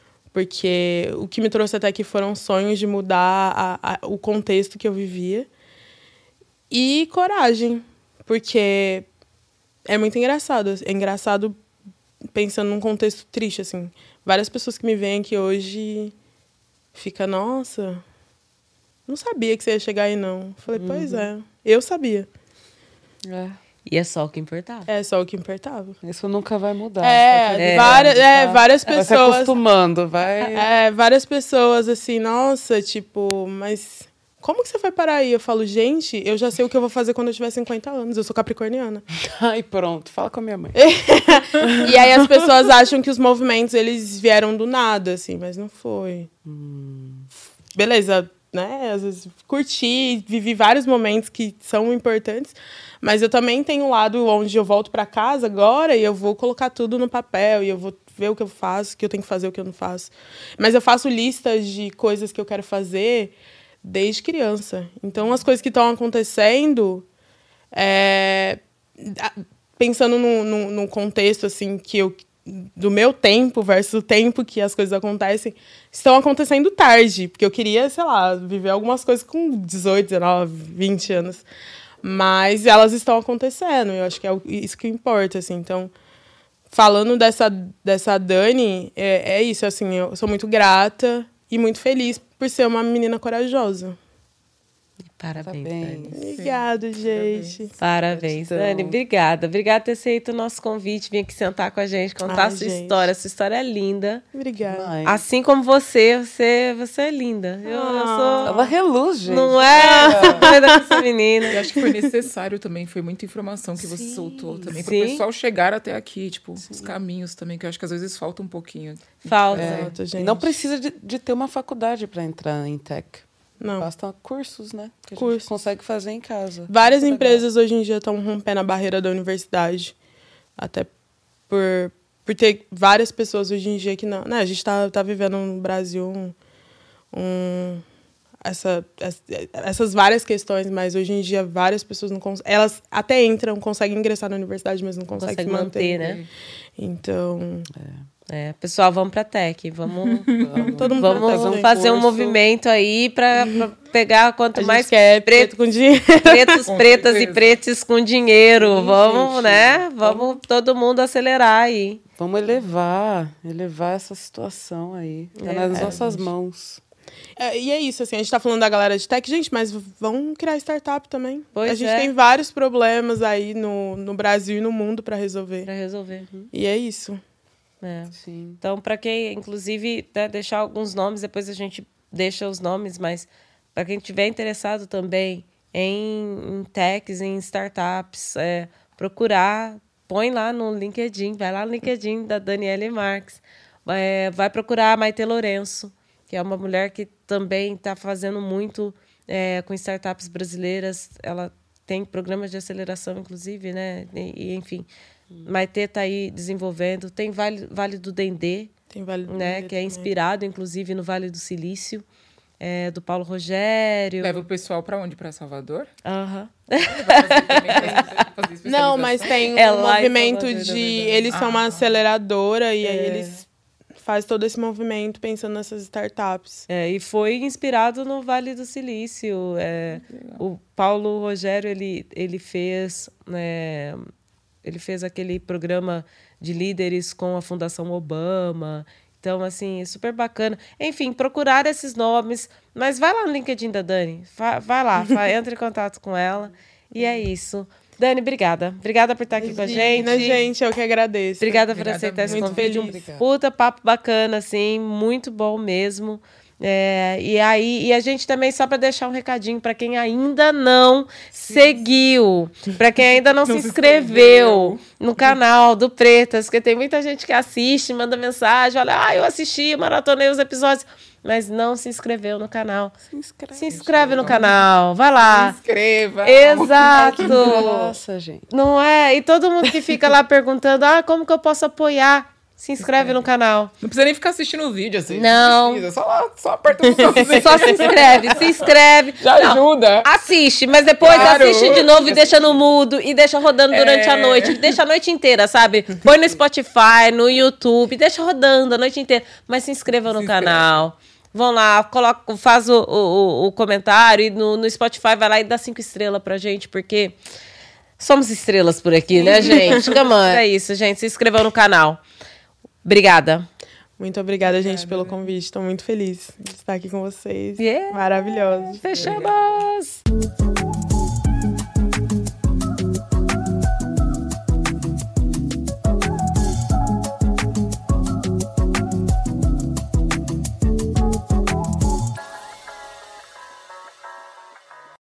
B: Porque o que me trouxe até aqui foram sonhos de mudar a, a, o contexto que eu vivia. E coragem. Porque... É muito engraçado. É engraçado pensando num contexto triste, assim. Várias pessoas que me veem aqui hoje ficam, nossa, não sabia que você ia chegar aí, não. Falei, uhum. pois é, eu sabia.
C: É.
A: E é só o que importava.
B: É só o que importava.
C: Isso nunca vai mudar.
B: É, é, várias, é, várias pessoas...
C: Vai se acostumando, vai...
B: É, várias pessoas, assim, nossa, tipo, mas... Como que você vai parar aí? Eu falo, gente, eu já sei o que eu vou fazer quando eu tiver cinquenta anos. Eu sou capricorniana.
C: Ai, pronto. Fala com a minha mãe.
B: E aí as pessoas acham que os movimentos, eles vieram do nada, assim. Mas não foi. Hum. Beleza, né? Às vezes curti, vivi vários momentos que são importantes. Mas eu também tenho um lado onde eu volto para casa agora e eu vou colocar tudo no papel e eu vou ver o que eu faço, o que eu tenho que fazer, o que eu não faço. Mas eu faço listas de coisas que eu quero fazer desde criança. Então, as coisas que estão acontecendo, é, pensando no, no, no contexto assim, que eu, do meu tempo versus o tempo que as coisas acontecem, estão acontecendo tarde. Porque eu queria, sei lá, viver algumas coisas com dezoito, dezenove, vinte anos. Mas elas estão acontecendo, eu acho que é isso que importa, assim. Então, falando dessa, dessa Dani, é, é isso, assim, eu sou muito grata e muito feliz por ser uma menina corajosa.
A: Parabéns, Dani.
B: Obrigada, gente.
A: Parabéns, Dani. Obrigada. Obrigada por ter aceito o nosso convite, vir aqui sentar com a gente, contar Ai, a sua gente. história. Sua história é linda.
B: Obrigada.
A: Mãe. Assim como você, você, você é linda. Eu, ah, eu sou...
C: Ela reluz, gente.
A: Não é? Doida com essa menina.
D: Eu acho que foi necessário também, foi muita informação que Sim. você soltou também, para o pessoal chegar até aqui, tipo, Sim. os caminhos também, que eu acho que às vezes falta um pouquinho.
A: Falta.
C: É.
B: Falta, gente.
C: Não precisa de, de ter uma faculdade para entrar em tech.
B: Não.
C: Basta cursos, né? Que a
B: Cursos.
C: gente consegue fazer em casa.
B: Várias Muito empresas legal. Hoje em dia estão rompendo a barreira da universidade. Até por, por ter várias pessoas hoje em dia que não... Né? A gente está tá vivendo no Brasil um, um, essa, essas várias questões, mas hoje em dia várias pessoas não conseguem... Elas até entram, conseguem ingressar na universidade, mas não conseguem
A: Consegue
B: se manter.
A: manter, né?
B: Então...
C: É.
A: É, pessoal, vamos pra Tech, vamos,
B: vamos, Todo mundo
A: vamos
B: fazer um,
A: fazer um
B: curso.
A: movimento aí pra, pra pegar quanto
B: a gente
A: mais
B: quer preto com dinheiro,
A: pretos, pretas e pretos com dinheiro, Sim, vamos, gente. né? Vamos, vamos todo mundo acelerar aí.
C: Vamos elevar, elevar essa situação aí, tá é, nas é, nossas gente. mãos.
B: É, e é isso, assim, a gente tá falando da galera de tech, gente, mas vamos criar startup também.
A: Pois
B: a gente
A: é.
B: tem vários problemas aí no, no Brasil e no mundo pra resolver.
A: Pra resolver. Hum.
B: E é isso.
A: É.
C: Sim.
A: Então, para quem, inclusive, né, deixar alguns nomes, depois a gente deixa os nomes, mas para quem estiver interessado também em, em techs, em startups, é, procurar, põe lá no LinkedIn, vai lá no LinkedIn da Daniele Marques, é, vai procurar a Maite Lourenço, que é uma mulher que também está fazendo muito é, com startups brasileiras. Ela tem programas de aceleração, inclusive, né? E, enfim... Maite está aí desenvolvendo. Tem Vale, vale do Dendê,
B: Tem vale do
A: né,
B: Dendê
A: que é
B: também.
A: inspirado, inclusive, no Vale do Silício, é, do Paulo Rogério.
D: Leva o pessoal para onde? Para Salvador?
A: Aham.
D: Uhum.
B: Não, mas tem
A: é
B: um movimento Salvador, de... Eles ah, são uma aceleradora e é. aí eles fazem todo esse movimento pensando nessas startups.
A: É, e foi inspirado no Vale do Silício. É, o Paulo Rogério, ele, ele fez... É, Ele fez aquele programa de líderes com a Fundação Obama. Então, assim, é super bacana. Enfim, procurar esses nomes. Mas vai lá no LinkedIn da Dani. Vai, vai lá, vai, entre em contato com ela. E é isso. Dani, obrigada. Obrigada por estar aqui com a gente.
B: Imagina, gente, eu que agradeço.
A: Obrigada,
B: obrigada
A: por aceitar esse
B: muito
A: convite.
B: Feliz.
A: Um puta papo bacana, assim. Muito bom mesmo. É, e aí e a gente também, só para deixar um recadinho para quem ainda não Sim. seguiu, para quem ainda não, não se inscreveu no canal do Pretas, porque tem muita gente que assiste, manda mensagem, olha, ah, eu assisti, maratonei os episódios, mas não se inscreveu no canal.
B: Se inscreve,
A: se inscreve no canal, vai lá.
D: Se inscreva.
A: Exato.
C: Nossa, gente.
A: Não é? E todo mundo que fica lá perguntando, ah, como que eu posso apoiar? Se inscreve no canal.
D: Não precisa nem ficar assistindo o vídeo, assim.
A: Não.
D: Não precisa, só, lá, só aperta o botãozinho.
A: Só se inscreve, se inscreve.
D: Já
A: não,
D: ajuda.
A: Assiste, mas depois claro. assiste de novo e deixa no mudo. E deixa rodando durante é. a noite. Deixa a noite inteira, sabe? Põe no Spotify, no YouTube. Deixa rodando a noite inteira. Mas se inscreva no se canal. Inscreve. Vão lá, coloca, faz o, o, o comentário. E no, no Spotify vai lá e dá cinco estrelas pra gente, porque somos estrelas por aqui, né, gente? Come on. É isso, gente. Se inscrevam no canal. Obrigada.
B: Muito obrigada, obrigada gente, pelo convite. Estou muito feliz de estar aqui com vocês.
A: Yeah.
B: Maravilhosos.
A: Fechamos!